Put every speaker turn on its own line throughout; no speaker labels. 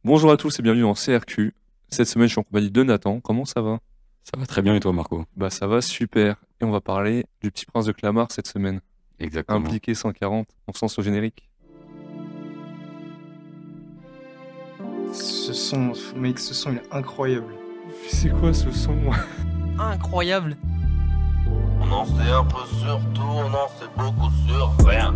Bonjour à tous et bienvenue dans CRQ. Cette semaine, je suis en compagnie de Nathan. Comment ça va?
Ça va très bien et toi, Marco?
Bah ça va super. Et on va parler du Petit Prince de Clamart cette semaine.
Exactement.
Impliqué 140, on sent au générique.
Ce son, mec, ce son il est incroyable.
C'est quoi ce son?
Incroyable.
On en sait un peu sur tout, on en sait beaucoup sur rien.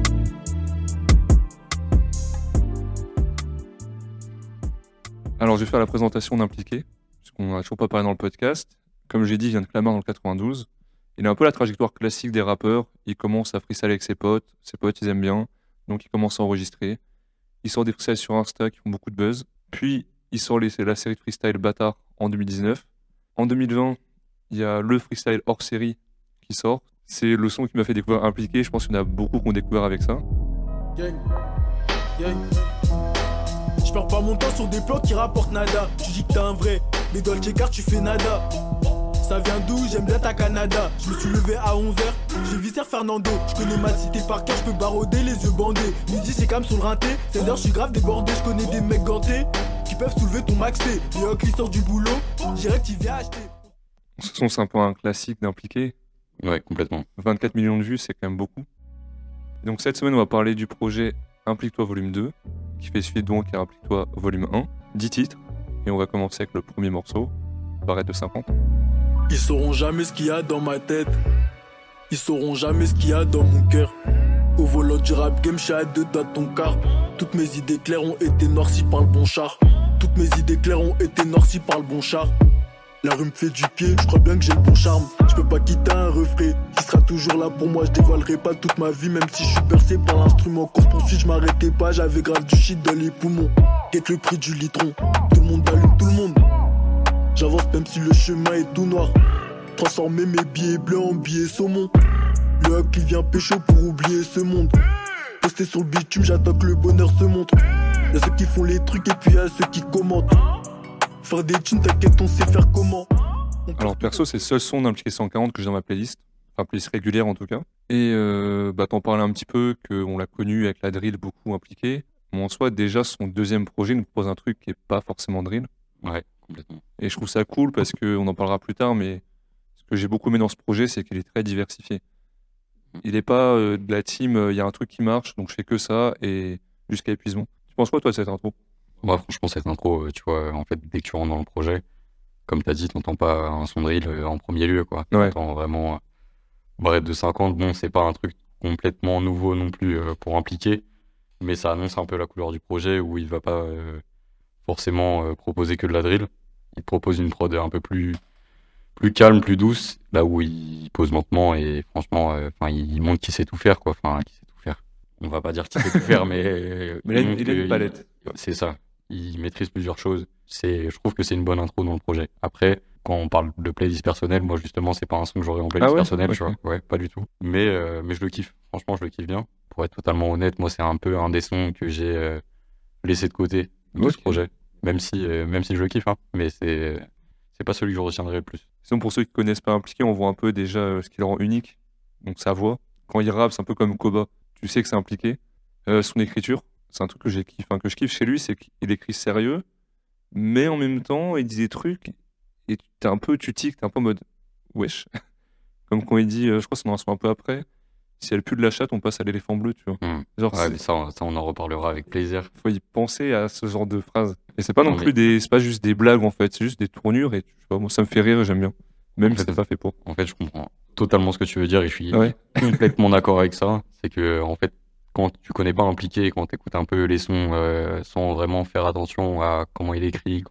Alors je vais faire la présentation d'Impliqué, puisqu'on n'a toujours pas parlé dans le podcast. Comme j'ai dit, il vient de Clamart dans le 92. Il a un peu la trajectoire classique des rappeurs. Il commence à freestyle avec ses potes ils aiment bien, donc il commence à enregistrer. Il sort des freestyles sur Insta qui font beaucoup de buzz. Puis il sort la série de freestyle Bâtard en 2019. En 2020, il y a le freestyle hors série qui sort. C'est le son qui m'a fait découvrir Impliqué. Je pense qu'il y en a beaucoup qui ont découvert avec ça.
Gang, gang. Je perds pas mon temps sur des plans qui rapportent nada. Tu dis que t'es un vrai, mais dans le checker tu fais nada. Ça vient d'où? J'aime bien ta Canada. Je me suis levé à 11h, j'ai visé Fernando. Je connais ma cité par cœur, je peux barauder les yeux bandés. Midi c'est calme sur le rinté, 16h je suis grave débordé. Je connais des mecs gantés qui peuvent soulever ton max T. Les hocs qui sortent du boulot, direct il vient acheter.
Ce son, c'est un peu un classique d'Impliqué.
Ouais, complètement.
24 millions de vues, c'est quand même beaucoup. Donc cette semaine, on va parler du projet Implique-toi volume 2, qui fait suite donc à Implique-toi volume 1, 10 titres. Et on va commencer avec le premier morceau, Barrette de 50.
Ils sauront jamais ce qu'il y a dans ma tête. Ils sauront jamais ce qu'il y a dans mon cœur. Au volant du rap game, je suis à 2 doigts de ton quart. Toutes mes idées claires ont été noircies par le bon char. Toutes mes idées claires ont été noircies par le bon char. La rue me fait du pied, je crois bien que j'ai le bon charme. Je peux pas quitter un refrain qui sera toujours là pour moi. Je dévoilerai pas toute ma vie, même si je suis bercé par l'instrument. Course poursuite, je m'arrêtais pas, j'avais grave du shit dans les poumons. Guette le prix du litron, tout le monde allume tout le monde. J'avance même si le chemin est tout noir. Transformer mes billets bleus en billets saumon. Le hub qui vient pécho pour oublier ce monde. Posté sur le bitume, j'attends que le bonheur se montre. Y'a ceux qui font les trucs et puis y'a ceux qui commentent. Faire des thunes, t'inquiète, on sait faire comment.
Alors perso, c'est le seul son d'Impliqué 140 que j'ai dans ma playlist. Enfin, playlist régulière en tout cas. Et t'en parlais un petit peu, qu'on l'a connu avec la drill beaucoup impliquée. Mais en soi, déjà, son deuxième projet nous propose un truc qui est pas forcément drill.
Ouais, complètement.
Et je trouve ça cool parce qu'on en parlera plus tard, mais ce que j'ai beaucoup aimé dans ce projet, c'est qu'il est très diversifié. Il n'est pas de la team, il y a un truc qui marche, donc je fais que ça, et jusqu'à épuisement. Tu penses quoi, toi, de cette intro?
Moi, franchement, cette intro, tu vois, en fait, dès que tu rentres dans le projet, comme t'as dit, t'entends pas un son drill en premier lieu, quoi.
Ouais.
T'entends vraiment Barrette de 50. Bon, c'est pas un truc complètement nouveau non plus pour Impliqué, mais ça annonce un peu la couleur du projet où il va pas forcément proposer que de la drill. Il propose une prod un peu plus calme, plus douce, là où il pose lentement et franchement, il montre qu'il sait tout faire, quoi. Enfin, qu'il sait tout faire. On va pas dire qu'il sait tout faire, mais
Mais il a une palette.
C'est ça. Il maîtrise plusieurs choses. Je trouve que c'est une bonne intro dans le projet. Après, quand on parle de playlist personnelle, moi justement, c'est pas un son que j'aurais en playlist personnelle, tu vois. Ouais, pas du tout. Mais je le kiffe. Franchement, je le kiffe bien. Pour être totalement honnête, moi, c'est un peu un des sons que j'ai laissé de côté de ce projet. Même si je le kiffe, hein. Mais c'est pas celui que je retiendrai le plus.
Sinon, pour ceux qui connaissent pas Impliqué, on voit un peu déjà ce qui le rend unique. Donc sa voix. Quand il rappe, c'est un peu comme Koba. Tu sais que c'est Impliqué. Son écriture, c'est un truc que je kiffe chez lui, c'est qu'il écrit sérieux, mais en même temps, il dit des trucs et tu tiques, t'es un peu en mode wesh. Comme quand il dit, je crois que c'est dans un son un peu après, si elle pue de la chatte, on passe à l'éléphant bleu, tu vois. Genre,
Ouais, mais ça, on en reparlera avec plaisir.
faut y penser à ce genre de phrases. Et c'est pas non plus c'est pas juste des blagues en fait, c'est juste des tournures et je sais pas, moi ça me fait rire et j'aime bien. Même si c'est pas fait pour.
En fait, je comprends totalement ce que tu veux dire et je suis complètement d'accord avec ça. C'est que, en fait, quand tu connais pas Impliqué, quand tu écoutes un peu les sons sans vraiment faire attention à comment il écrit,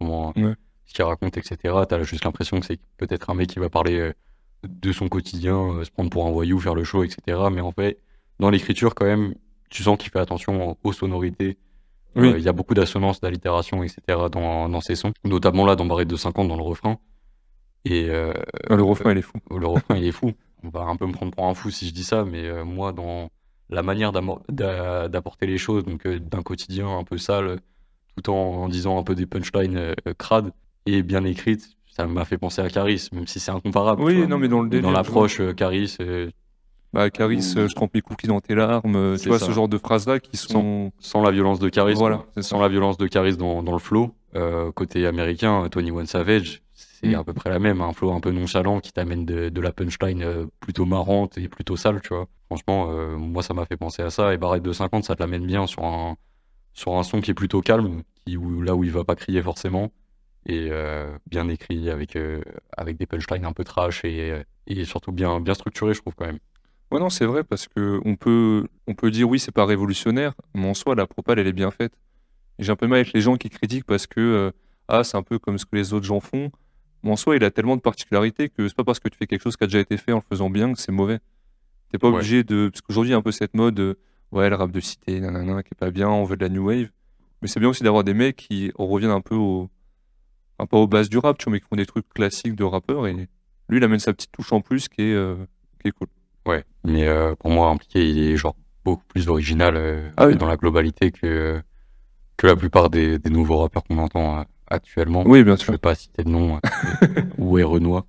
ce qu'il raconte, etc., t'as juste l'impression que c'est peut-être un mec qui va parler de son quotidien, se prendre pour un voyou, faire le show, etc. Mais en fait, dans l'écriture, quand même, tu sens qu'il fait attention aux sonorités. Il y a beaucoup d'assonances, d'allitérations, etc. dans ses sons. Notamment là, dans Barrette de 50, dans le refrain. Et
le refrain, il est fou.
Le refrain, il est fou. On va un peu me prendre pour un fou si je dis ça, mais moi, dans la manière d'apporter les choses, donc d'un quotidien un peu sale, tout en disant un peu des punchlines crades et bien écrites, ça m'a fait penser à Caris, même si c'est incomparable.
Oui, non, mais dans le délire.
Dans l'approche, Caris,
Bah, Caris, je trempe mes cookies dans tes larmes, tu vois, ce genre de phrases-là qui sont...
Sans la violence de Caris,
Voilà,
sans la violence de Caris dans le flow. Côté américain, 21 Savage, c'est à peu près la même, un flow un peu nonchalant qui t'amène de la punchline plutôt marrante et plutôt sale, tu vois. Franchement, moi, ça m'a fait penser à ça. Et Barrette de 50, ça te l'amène bien sur un son qui est plutôt calme, là où il va pas crier forcément. Et bien écrit, avec des punchlines un peu trash et surtout bien structuré, je trouve, quand même.
Ouais, non, c'est vrai, parce que on peut dire oui, c'est pas révolutionnaire, mais en soi, la propale, elle est bien faite. Et j'ai un peu mal avec les gens qui critiquent parce que c'est un peu comme ce que les autres gens font. Mais en soi, il a tellement de particularités que c'est pas parce que tu fais quelque chose qui a déjà été fait en le faisant bien que c'est mauvais. T'es pas obligé de. Parce qu'aujourd'hui, il y a un peu cette mode, ouais, le rap de cité, nanana, qui est pas bien, on veut de la new wave. Mais c'est bien aussi d'avoir des mecs qui reviennent un peu pas aux bases du rap, tu vois, mais qui font des trucs classiques de rappeurs. Et lui, il amène sa petite touche en plus qui est cool.
Ouais, mais pour moi, Impliqué, il est genre beaucoup plus original dans la globalité que la plupart des nouveaux rappeurs qu'on entend actuellement.
Oui, bien sûr.
Je vais pas citer de nom, ou Renoir.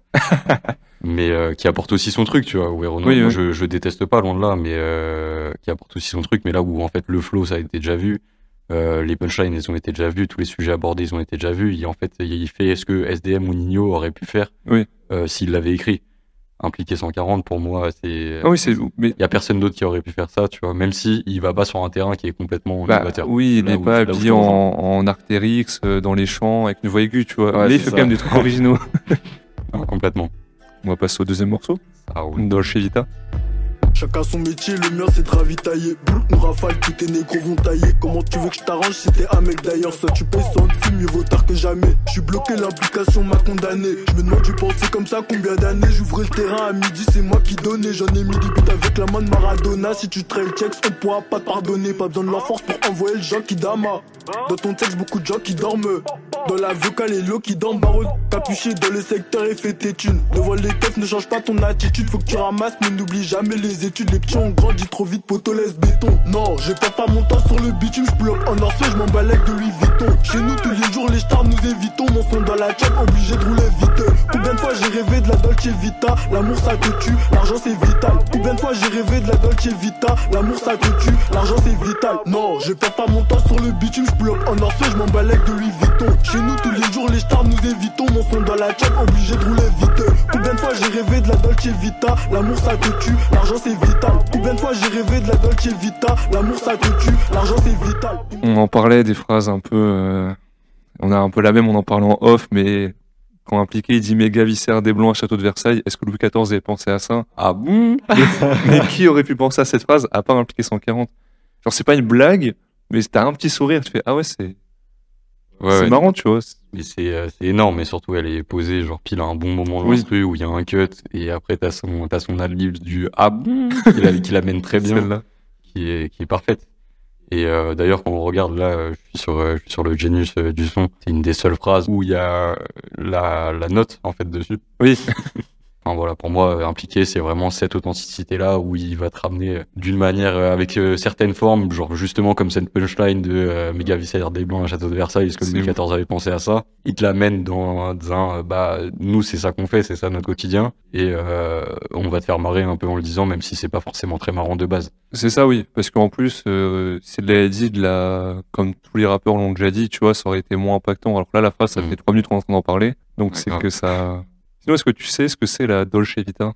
Mais qui apporte aussi son truc, tu vois. Ou Renoir, moi, je déteste pas, loin de là, mais qui apporte aussi son truc. Mais là où, en fait, le flow, ça a été déjà vu, les punchlines, ils ont été déjà vus, tous les sujets abordés, ils ont été déjà vus. En fait, il fait ce que SDM ou Nino aurait pu faire s'il l'avait écrit. Impliqué 140, pour moi, c'est... Il y a personne d'autre qui aurait pu faire ça, tu vois, même si il va pas sur un terrain qui est complètement novateur.
Oui, il n'est pas habillé en Arc'teryx dans les champs avec une voix aiguë, tu vois. Mais il fait quand même des trucs originaux.
Complètement.
On va passer au deuxième morceau, Dolce Vita.
Chacun son métier, le mien c'est de ravitailler. Nous rafale, tous tes négros vont tailler. Comment tu veux que je t'arrange si t'es un mec d'ailleurs? Soit tu payes, soit on te fume, mieux vaut tard que jamais. Je suis bloqué, l'implication m'a condamné. Je me demande, tu pensais comme ça combien d'années? J'ouvrais le terrain à midi, c'est moi qui donnais. J'en ai mis des buts avec la main de Maradona. Si tu trailes checks, on pourra pas te pardonner. Pas besoin de leur force pour envoyer le gens qui dama. Dans ton texte, beaucoup de gens qui dorment. Dans la vocale et l'eau qui dorment. Barreau capuché dans le secteur et fais tes thunes. Devant les keufs, ne change pas ton attitude. Faut que tu ramasses, mais n'oublie jamais les études. Les petits ont grandi trop vite, poteau laisse béton. Non, je perds pas mon temps sur le bitume. Je bloque en orceau, je m'emballe avec de Louis Vuitton. Chez nous, tous les jours, les stars nous évitons. Mon son dans la chatte, obligé de rouler vite. Combien de fois j'ai rêvé de la Dolce Vita? L'amour ça te tue, l'argent c'est vital. Combien de fois j'ai rêvé de la Dolce Vita? L'amour ça te tue, l'argent c'est vital. Non, je perds pas mon temps sur le bitume. Je bloque en orceau, je m'emballe avec de Louis Vuitton. Chez nous, tous les jours, les stars nous évitons. Mon son dans la chatte, obligé de rouler vite. Combien de fois j'ai rêvé de la Dolce Vita? L'amour ça te tue, l'argent c'est vital. Combien de fois j'ai rêvé de la Dolce Vita? L'amour ça te tue, l'argent c'est vital.
On en parlait des phrases un peu... On a un peu la même, on en parle en off, mais quand Impliqué, il dit méga viscère des Blancs à Château de Versailles, est-ce que Louis XIV avait pensé à ça? Ah bon? Mais qui aurait pu penser à cette phrase à part Impliqué 140? Genre, c'est pas une blague, mais t'as un petit sourire, tu fais ah ouais, c'est marrant, tu vois.
Mais c'est énorme, et surtout elle est posée genre pile à un bon moment de l'instru où il y a un cut, et après t'as son ad-lib du ah bon qui l'amène très bien, celle-là, qui est parfaite. Et d'ailleurs, quand on regarde là, je suis sur le Genius du son, c'est une des seules phrases où il y a la note en fait dessus.
Oui.
Enfin voilà, pour moi, Impliqué, c'est vraiment cette authenticité-là où il va te ramener d'une manière avec certaines formes, genre justement comme cette punchline de méga viscère des Blancs à Château de Versailles, est-ce que Louis XIV avait pensé à ça? Il te l'amène dans un nous c'est ça qu'on fait, c'est ça notre quotidien, et on va te faire marrer un peu en le disant, même si c'est pas forcément très marrant de base.
C'est ça, oui, parce qu'en plus, c'est de la comme tous les rappeurs l'ont déjà dit, tu vois, ça aurait été moins impactant. Alors que là, la phrase, ça fait 3 minutes qu'on est en train d'en parler, donc c'est que ça... Sinon, est-ce que tu sais ce que c'est la Dolce Vita?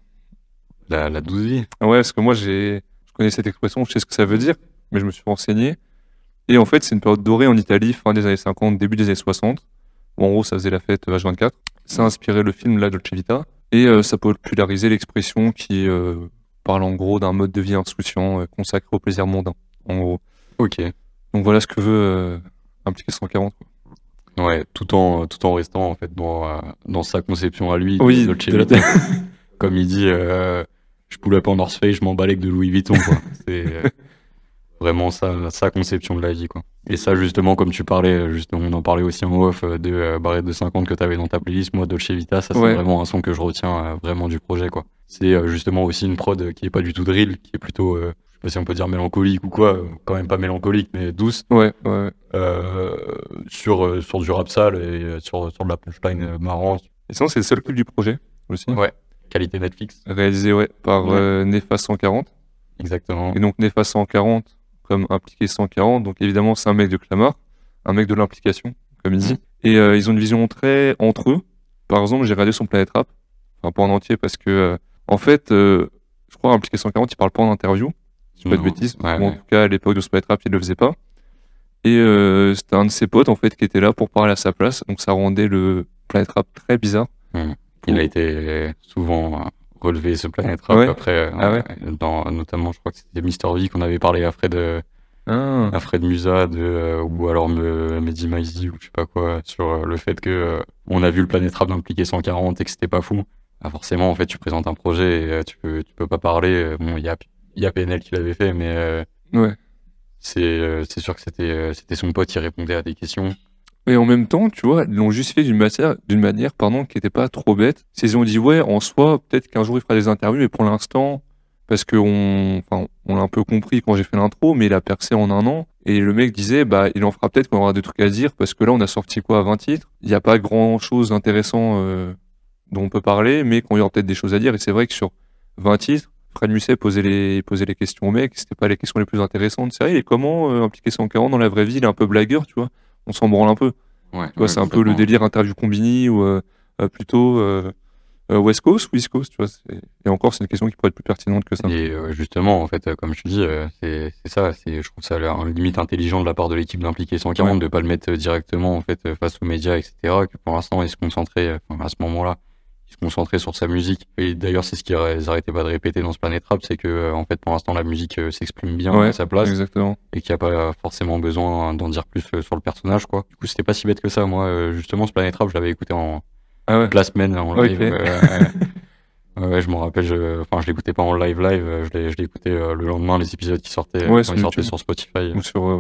La douce vie?
Ouais, parce que moi, je connais cette expression, je sais ce que ça veut dire, mais je me suis renseigné. Et en fait, c'est une période dorée en Italie, fin des années 50, début des années 60. Bon, en gros, ça faisait la fête H24. Ça a inspiré le film La Dolce Vita. Et ça peut populariser l'expression qui parle en gros d'un mode de vie insouciant, consacré au plaisir mondain, en gros.
Ok.
Donc voilà ce que veut Impliqué 140, quoi.
Ouais, tout en restant en fait dans sa conception à lui.
Oui,
Dolce Vita. Comme il dit, je pull up en North Face, je m'emballe avec de Louis Vuitton, quoi. C'est vraiment sa conception de la vie, quoi. Et ça, justement, comme tu parlais, on en parlait aussi en off de Barrette de 50 que t'avais dans ta playlist. Moi, Dolce Vita, ça c'est vraiment un son que je retiens vraiment du projet, quoi. C'est justement aussi une prod qui est pas du tout drill, qui est plutôt je sais pas si on peut dire mélancolique ou quoi, quand même pas mélancolique mais douce.
Ouais.
Sur du rap sale et sur de la punchline marrant.
Et sinon, c'est le seul clip du projet aussi.
Ouais. qualité Netflix.
Réalisé par Nefa 140.
Exactement.
Et donc Nefa 140 comme Impliqué 140. Donc évidemment, c'est un mec de Clamart, un mec de l'implication, comme il dit. Et ils ont une vision très entre eux. Par exemple, j'ai regardé son Planet Rap, enfin pas en entier parce que en fait, je crois Impliqué 140, il parle pas en interview. Si je dis pas de bêtises. En tout cas, à l'époque de ce Planet Rap, il le faisait pas. Et c'était un de ses potes en fait qui était là pour parler à sa place. Donc ça rendait le Planet Rap très bizarre.
Il a été souvent relevé ce Planet Rap après, notamment je crois que c'était Mr V qu'on avait parlé à Fred Musa ou alors Mehdi Maizi ou je sais pas quoi sur le fait que on a vu le Planet Rap d'Impliqué 140 et que c'était pas fou. Forcément en fait tu présentes un projet et tu peux pas parler. Bon il y a PNL qui l'avait fait mais c'est sûr que c'était son pote qui répondait à des questions.
Et en même temps, tu vois, ils l'ont justifié d'une manière qui était pas trop bête. Ils ont dit, en soi, peut-être qu'un jour il fera des interviews, mais pour l'instant, parce qu'on l'a un peu compris quand j'ai fait l'intro, mais il a percé en 1 an. Et le mec disait, il en fera peut-être quand on aura des trucs à dire, parce que là, on a sorti 20 titres. Il n'y a pas grand-chose d'intéressant dont on peut parler, mais qu'on y aura peut-être des choses à dire. Et c'est vrai que sur 20 titres, Fred Musset posait les questions au mec, c'était pas les questions les plus intéressantes. C'est vrai, il est comment Impliqué 140 dans la vraie vie, il est un peu blagueur, tu vois. On s'en branle un peu. C'est un peu le délire interview Combini ou plutôt West Coast ou East Coast, tu vois. Et encore, c'est une question qui pourrait être plus pertinente que ça.
Et justement, en fait, comme je te dis, c'est ça. Je trouve ça un limite intelligent de la part de l'équipe d'Impliqué 140 de pas le mettre directement en fait face aux médias, etc. Que pour l'instant, il se concentrait à ce moment-là. Il se concentrait sur sa musique. Et d'ailleurs, c'est ce qu'ils arrêtaient pas de répéter dans ce Planet Rap, c'est que en fait, pour l'instant, la musique s'exprime bien à sa place.
Exactement.
Et qu'il n'y a pas forcément besoin d'en dire plus sur le personnage, quoi. Du coup, c'était pas si bête que ça. Moi, justement, ce Planet Rap, je l'avais écouté en la semaine en live. Je m'en rappelle. Je l'écoutais pas en live. Je l'ai écouté le lendemain, les épisodes qui sortaient, quand ils sortaient sur Spotify.
Ou sur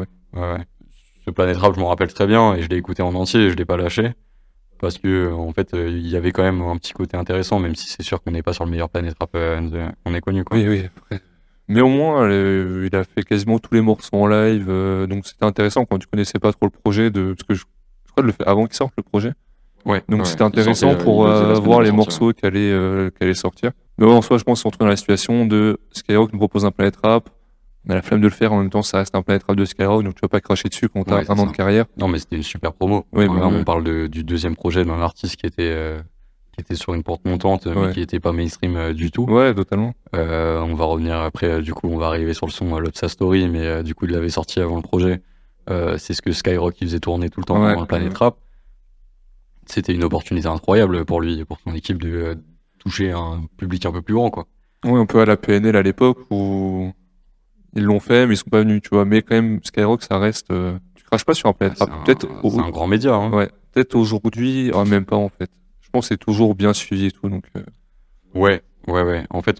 Ce Planet Rap, je m'en rappelle très bien et je l'ai écouté en entier et je l'ai pas lâché. Parce que en fait il y avait quand même un petit côté intéressant, même si c'est sûr qu'on n'est pas sur le meilleur Planet Rap qu'on ait connu, quoi.
Oui, après. Mais au moins il a fait quasiment tous les morceaux en live, donc c'était intéressant quand tu connaissais pas trop le projet parce que je crois de le faire avant qu'il sorte le projet. Donc c'était intéressant pour voir les morceaux qui allaient sortir. Mais en soi, je pense qu'on se retrouve dans la situation de Skyrock nous propose un Planet Rap. On a la flemme de le faire, en même temps ça reste un Planet Rap de Skyrock, donc tu vas pas cracher dessus quand t'as 1 an de carrière.
Non, mais c'était une super promo. On parle du deuxième projet d'un artiste qui était sur une porte montante, mais qui était pas mainstream du tout.
Ouais, totalement.
On va revenir après, du coup on va arriver sur le son Love Sa Story, mais du coup il l'avait sorti avant le projet. C'est ce que Skyrock il faisait tourner tout le temps pendant le Planet Rap. C'était une opportunité incroyable pour lui et pour son équipe de toucher un public un peu plus grand, quoi.
Oui, un peu à la PNL à l'époque où ils l'ont fait, mais ils sont pas venus, tu vois. Mais quand même, Skyrock, ça reste. Tu craches pas sur un Planet Rap.
C'est un grand média. Hein.
Ouais. Peut-être aujourd'hui, même pas en fait. Je pense que c'est toujours bien suivi et tout, donc.
Ouais. En fait,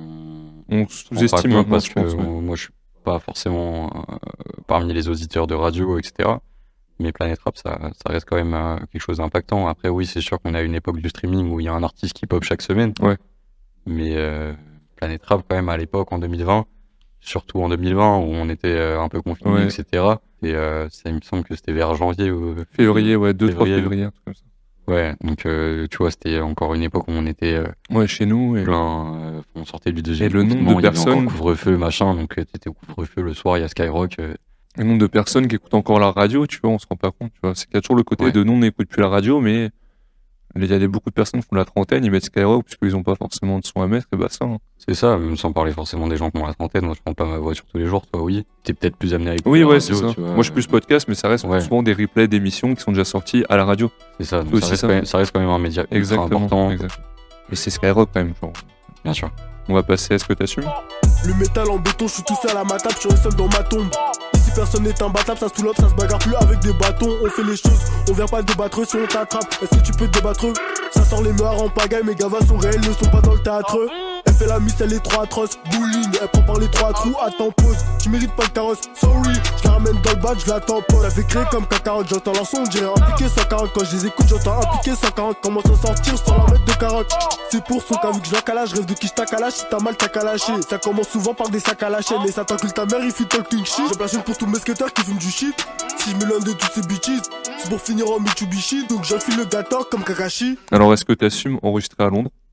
on sous-estime un peu
parce que moi, je suis pas forcément parmi les auditeurs de radio, etc. Mais Planet Rap, ça reste quand même quelque chose d'impactant. Après, oui, c'est sûr qu'on a une époque du streaming où il y a un artiste qui pop chaque semaine.
Ouais.
Mais Planet Rap, quand même, à l'époque, en 2020, surtout en 2020, où on était un peu confinés, etc. Et ça, il me semble que c'était vers janvier ou
février, 2-3 février, un truc comme ça.
Ouais, donc tu vois, c'était encore une époque où on était
chez nous.
Plein, on sortait du deuxième
et le nombre de personnes.
Il y avait encore couvre-feu, machin, donc t'étais au couvre-feu le soir, il y a Skyrock.
Le nombre de personnes qui écoutent encore la radio, tu vois, on se rend pas compte. Tu vois. C'est qu'il y a toujours le côté de nous, on n'écoute plus la radio, mais il y a beaucoup de personnes qui font la trentaine, ils mettent Skyrock parce qu'ils ont pas forcément de son à mettre, et ça. Hein.
C'est ça, même sans parler forcément des gens qui ont la trentaine. Moi, je prends pas ma voiture tous les jours, toi, oui. T'es peut-être plus amené à écouter la radio,
c'est ça. Moi, je suis plus podcast, mais ça reste souvent des replays d'émissions qui sont déjà sorties à la radio.
C'est ça, donc ça reste quand même un média important.
Exactement. Et c'est Skyrock quand même, genre.
Bien sûr.
On va passer à ce que t'assumes.
Le métal en béton, je suis tout seul à ma table, je suis seul dans ma tombe. Ici personne n'est imbattable, ça se tout l'autre, ça se bagarre plus avec des bâtons. On fait les choses, on vient pas débattre si on t'attrape. Est-ce que tu peux te débattre? Ça sort les meurs en pagaille, mes gavas sont réels, ne sont pas dans le théâtre. Elle fait la miss, elle est trop atroce. Bowling, elle prend par les 3 trous, attends pause. Tu mérites pas le carrosse, sorry. Je la ramène dans le badge, je la tamponne. La fait créer comme K40, j'entends leur son, on dirait impliqué 140. Quand je les écoute, j'entends impliqué 140. Comment s'en sortir sans la mettre de carotte? C'est pour son cas, vu que je la calage, rêve de qui je t'accalache. Si t'as mal, t'as qu'à lâcher. Ça commence souvent par des sacs à lâcher, mais ça t'encule ta mère, il fit talking shit. Je place une pour tous mes skateurs qui fument du shit. Si je m'éloigne de toutes ces bitches, c'est pour finir en Mitsubishi. Donc j'enfile le gâteau comme Kakashi.
Alors est-ce que t'assumes enregistrer à Londres?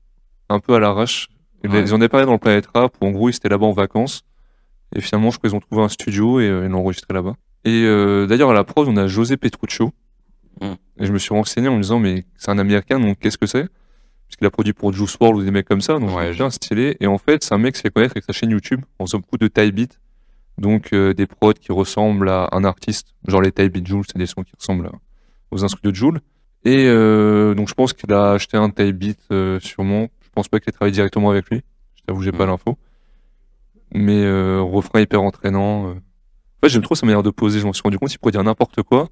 un peu à l'arrache. Ils en avaient parlé dans le Planet Rap, où en gros ils étaient là-bas en vacances. Et finalement, je crois qu'ils ont trouvé un studio et ils l'ont enregistré là-bas. Et d'ailleurs, à la prod, on a José Petruccio. Et je me suis renseigné en me disant, mais c'est un américain, donc qu'est-ce que c'est? Parce qu'il a produit pour Juice WRLD ou des mecs comme ça, donc c'est bien stylé. Et en fait, c'est un mec qui se fait connaître avec sa chaîne YouTube en faisant beaucoup de type beat. Donc des prods qui ressemblent à un artiste, genre les type beat Jul, c'est des sons qui ressemblent aux instruments de Jul. Et donc je pense qu'il a acheté un type beat sûrement. Je pense pas qu'il ait travaillé directement avec lui. Je t'avoue, j'ai pas l'info. Mais refrain hyper entraînant. En fait, j'aime trop sa manière de poser. Je m'en suis rendu compte, il pourrait dire n'importe quoi.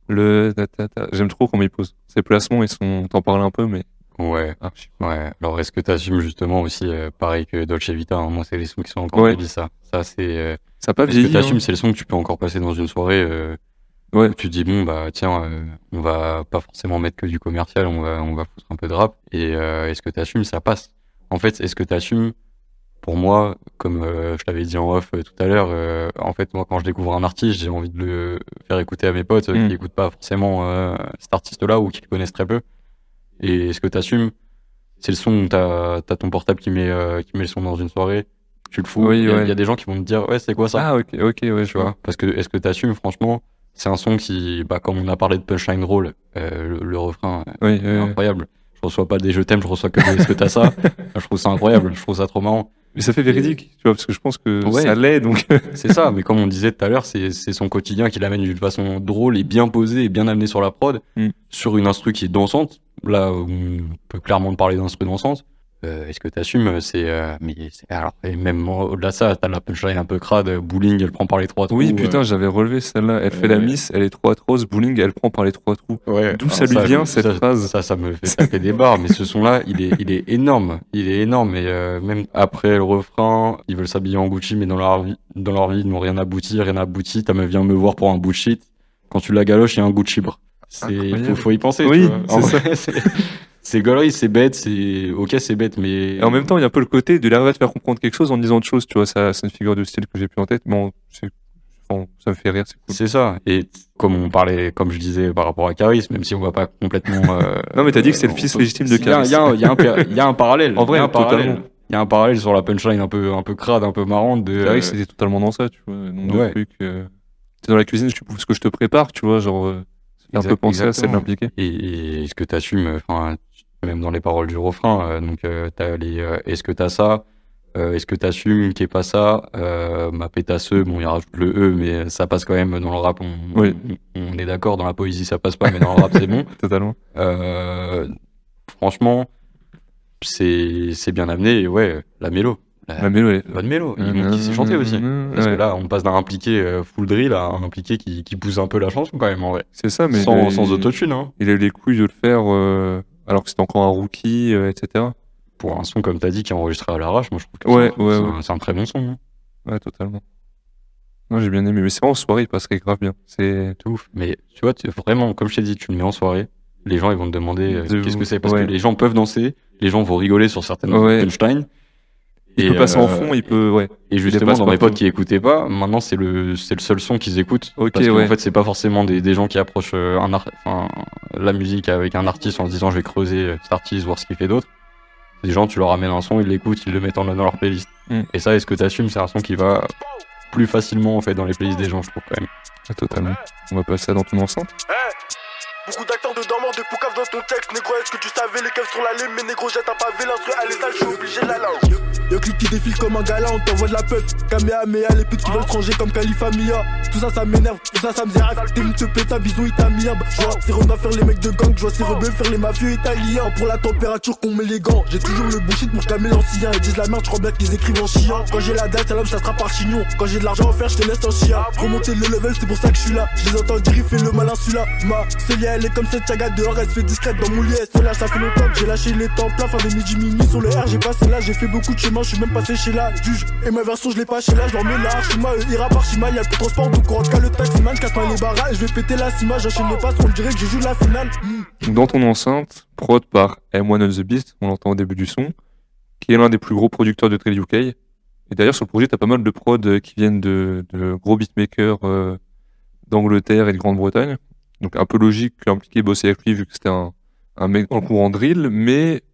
J'aime trop comment il pose. Ses placements, t'en parles un peu, mais.
Ouais. Alors, est-ce que t'assumes justement aussi, pareil que Dolce Vita, hein, moi, c'est les sons qui sont encore dit ça. Ça, c'est.
Ça a pas vieilli.
Est-ce que t'assumes, c'est le son que tu peux encore passer dans une soirée où tu te dis, bon, bah, tiens, on va pas forcément mettre que du commercial, on va foutre un peu de rap. Et est-ce que t'assumes, ça passe. En fait, est-ce que t'assumes, pour moi, comme je t'avais dit en off tout à l'heure, en fait, moi, quand je découvre un artiste, j'ai envie de le faire écouter à mes potes qui écoutent pas forcément cet artiste-là ou qui le connaissent très peu. Et est-ce que t'assumes, c'est le son où t'as ton portable qui met le son dans une soirée, tu le fous. Il y a des gens qui vont te dire, ouais, c'est quoi ça?
Ah, ok, ouais,
tu vois. Parce que est-ce que t'assumes, franchement, c'est un son qui, bah, comme on a parlé de Punchline Roll, le refrain est incroyable. Je reçois pas des je t'aime, je reçois que des est-ce que t'as ça? Je trouve ça incroyable, je trouve ça trop marrant.
Mais ça fait véridique, tu vois, parce que je pense que ça l'est, donc.
C'est ça, mais comme on disait tout à l'heure, c'est son quotidien qui l'amène d'une façon drôle et bien posée et bien amenée sur la prod, sur une instru qui est dansante. Là, on peut clairement parler d'instru dansante. Est-ce que t'assumes, alors, et même au-delà de ça, t'as la punchline un peu crade, Bowling, elle prend par les 3 trous.
Oui, putain, j'avais relevé celle-là. Elle fait la miss, elle est trop atroce, Bowling, elle prend par les 3 trous. D'où ça lui vient, cette phrase?
Ça me fait taper des barres, mais ce son-là, il est énorme. Il est énorme, et même après le refrain, ils veulent s'habiller en Gucci, mais dans leur vie, ils n'ont rien abouti, t'as viens me voir pour un bullshit. Quand tu la galoches, il y a un Gucci bras. Faut y penser.
Oui,
tu vois. C'est ça. C'est gaulerie, c'est bête, c'est bête, mais.
Et en même temps, il y a un peu le côté de l'arriver à te faire comprendre quelque chose en disant autre chose, tu vois, ça, c'est une figure de style que j'ai plus en tête, mais ça me fait rire, c'est cool.
C'est ça. Et comme je disais par rapport à Caris, même si on va pas complètement.
Non, mais t'as dit que c'est le fils légitime de Caris.
Il y a un parallèle.
En vrai, totalement.
Il y a un parallèle sur la punchline un peu crade, un peu marrante de.
Caris, c'était totalement dans ça, tu vois. Nombre de trucs. T'es dans la cuisine, je ce que je te prépare, tu vois, genre. Un peu penser à celle d'impliquer.
Et est-ce que t'assumes, même dans les paroles du refrain, donc t'as les est-ce que t'as ça, est-ce que t'assumes qu'il n'y ait pas ça, ma pétasseux, bon il rajoute le E mais ça passe quand même dans le rap, on est d'accord, dans la poésie ça passe pas mais dans le rap c'est bon.
Totalement.
Franchement c'est bien amené et la mélo.
La mélo est
bonne mélo, qui sait chanter aussi. Parce que là, on passe d'un impliqué full drill à un impliqué qui pousse un peu la chanson quand même en vrai.
C'est ça, mais
sans autotune. Hein.
Il a eu les couilles de le faire alors que c'était encore un rookie, etc.
Pour un son comme t'as dit qui est enregistré à l'arrache, moi je trouve que c'est un très bon son. Hein.
Ouais, totalement. Moi j'ai bien aimé, mais c'est vrai en soirée, il passerait grave bien. C'est
ouf. Mais tu vois, vraiment, comme je t'ai dit, tu le mets en soirée, les gens ils vont te demander qu'est-ce que c'est, parce que les gens peuvent danser, les gens vont rigoler sur certaines punchlines.
Il peut passer en fond, il peut,
Et justement, dans mes potes qui écoutaient pas, maintenant c'est le seul son qu'ils écoutent. Parce qu'en fait, c'est pas forcément des gens qui approchent la musique avec un artiste en se disant je vais creuser cet artiste, voir ce qu'il fait d'autre. Des gens, tu leur amènes un son, ils l'écoutent, ils le mettent dans leur playlist. Et ça, est-ce que t'assumes, c'est un son qui va plus facilement en fait dans les playlists des gens, je trouve quand même.
Totalement. On va passer ça dans ton enceinte.
Beaucoup d'acteurs de dormants, de poucaves dans ton texte. Négro, est-ce que tu savais les keufs sur la lime? Mais négro, jette un pavé, l'instru à l'étal, je suis obligé de la langue. Y'a clip qui défile comme un gala, on t'envoie de la puff. Kamehameha, les putes qui veulent se ranger comme Khalifa Mia. Tout ça, ça m'énerve, tout ça, ça me zérafe. T'es une te pète, ta bison, il t'a mis un. J'vois ces renards faire les mecs de gang, j'vois ces rebelles faire les mafieux italiens. Pour la température qu'on met les gants, j'ai toujours le bullshit pour calmer l'ancien. Ils disent la merde, j'crois bien qu'ils écrivent en chiant. Quand j'ai la date, ça ça sera par chignon. Quand j'ai de l'argent à faire, j'te laisse en chien. Remonter le level, c'est pour ça que je suis là. Je les entends dire, il fait le malin, celui-là. Ma Célia, elle est comme cette chaga dehors, elle se fait discrète dans mon lit. Elle là, ça fait longtemps que j'ai lâché les temps plein. Fin des midi sur le R, j'ai passé là, j'ai fait beaucoup de chemin, je suis même passé chez la juge. Et ma version, je l'ai pas chez là, je leur mets la Archima, ira par Chima, y'a le transport, tout courant, cas le taximan, je casse pas les barrages, je vais péter la cima, j'enchaîne les passes, on dirait que je joue la finale.
Dans ton enceinte, prod par M1 on the Beast, on l'entend au début du son, qui est l'un des plus gros producteurs de Drill UK. Et d'ailleurs, sur le projet, t'as pas mal de prods qui viennent de gros beatmakers d'Angleterre et de Grande-Bretagne. Donc un peu logique qu'Impliqué bossait avec lui vu que c'était un mec dans le courant drill, mais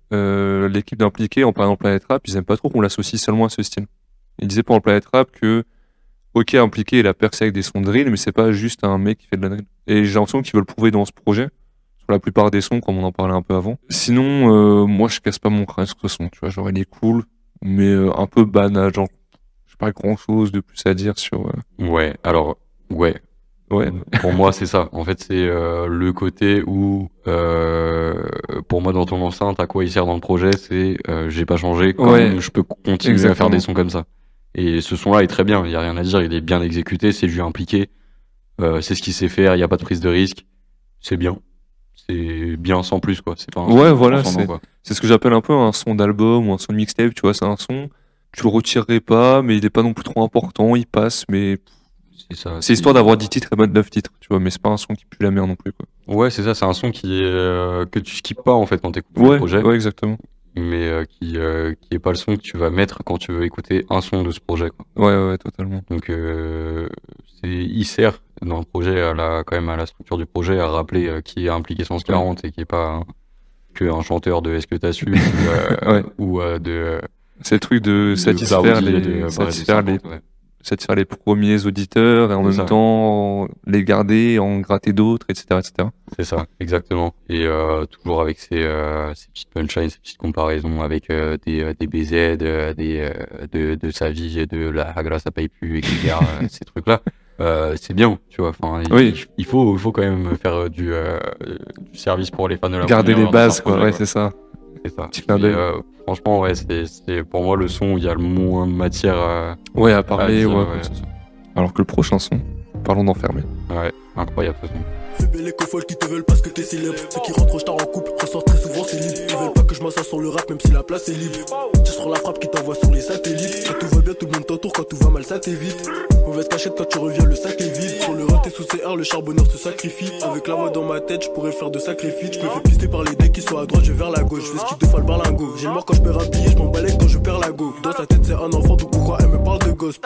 l'équipe d'Impliqué, en parlant de Planet Rap, ils aiment pas trop qu'on l'associe seulement à ce style. Ils disaient pendant Planet Rap que, ok, Impliqué, il a percé avec des sons de drill, mais c'est pas juste un mec qui fait de la drill. Et j'ai l'impression qu'ils veulent le prouver dans ce projet, sur la plupart des sons, comme on en parlait un peu avant. Sinon, moi, je casse pas mon crâne sur ce son, tu vois, genre, il est cool, mais un peu banal, genre, j'ai pas grand chose de plus à dire sur.
Ouais, alors, ouais. Pour moi, c'est ça. En fait, c'est le côté où, pour moi, dans ton enceinte, à quoi il sert dans le projet, c'est j'ai pas changé, comme je peux continuer à faire des sons comme ça. Et ce son-là est très bien, il y a rien à dire, il est bien exécuté, c'est lui impliqué, c'est ce qu'il sait faire, il y a pas de prise de risque, c'est bien sans plus, quoi. C'est pas un son
voilà,
transcendant, quoi.
c'est ce que j'appelle un peu un son d'album ou un son de mixtape, tu vois, c'est un son, tu le retirerais pas, mais il est pas non plus trop important, il passe, mais
c'est ça.
C'est histoire d'avoir 10 titres et pas de 9 titres, tu vois, mais c'est pas un son qui pue la merde non plus, quoi.
Ouais, c'est ça, c'est un son qui est, que tu skippes pas, en fait, quand t'écoutes le projet.
Ouais, exactement.
Mais qui est pas le son que tu vas mettre quand tu veux écouter un son de ce projet, quoi.
Ouais, totalement.
Donc, il sert dans le projet quand même à la structure du projet à rappeler qui est impliqué 140 et qui est pas que un chanteur de Est-ce que t'as su ou de.
C'est le truc de satisfaire les premiers auditeurs et en même temps les garder, en gratter d'autres, etc.
C'est ça, exactement. Et toujours avec ces petites punchlines, ces petites comparaisons avec des BZ, de sa vie et de la Hagra ça paye plus, etc. Ces trucs-là. C'est bien, tu vois. Enfin, il faut quand même faire du service pour les fans de la
garder les bases, quoi. Ouais, c'est ça.
C'est ça. Franchement, ouais, c'est pour moi le son où il y a le moins de matière à
parler. Alors que le prochain son, parlons d'Enfermé.
Ouais, incroyable de toute façon.
Fais belle éco folle qui te veulent parce que t'es célèbre. Ceux qui rentrent tard en couple ressortent très souvent c'est libre. Ils veulent pas que je m'assoie sur le rap même si la place est libre. Tu sur la frappe qui t'envoie sur les satellites. Quand tout va bien tout le monde t'entoure, quand tout va mal ça t'évite. Mauvaise cachette quand tu reviens le sac est vide. Sur le run t'es sous CR, le charbonneur se sacrifie. Avec la voix dans ma tête je pourrais faire de sacrifices. Je me fais pister par les decks qui sont à droite, je vais vers la gauche. Je fais ce qu'il te faut le berlingot. J'ai le mort quand je perds un billet, je m'en balèque quand je perds la go. Dans sa tête c'est un enfant donc pourquoi elle me parle de gosse.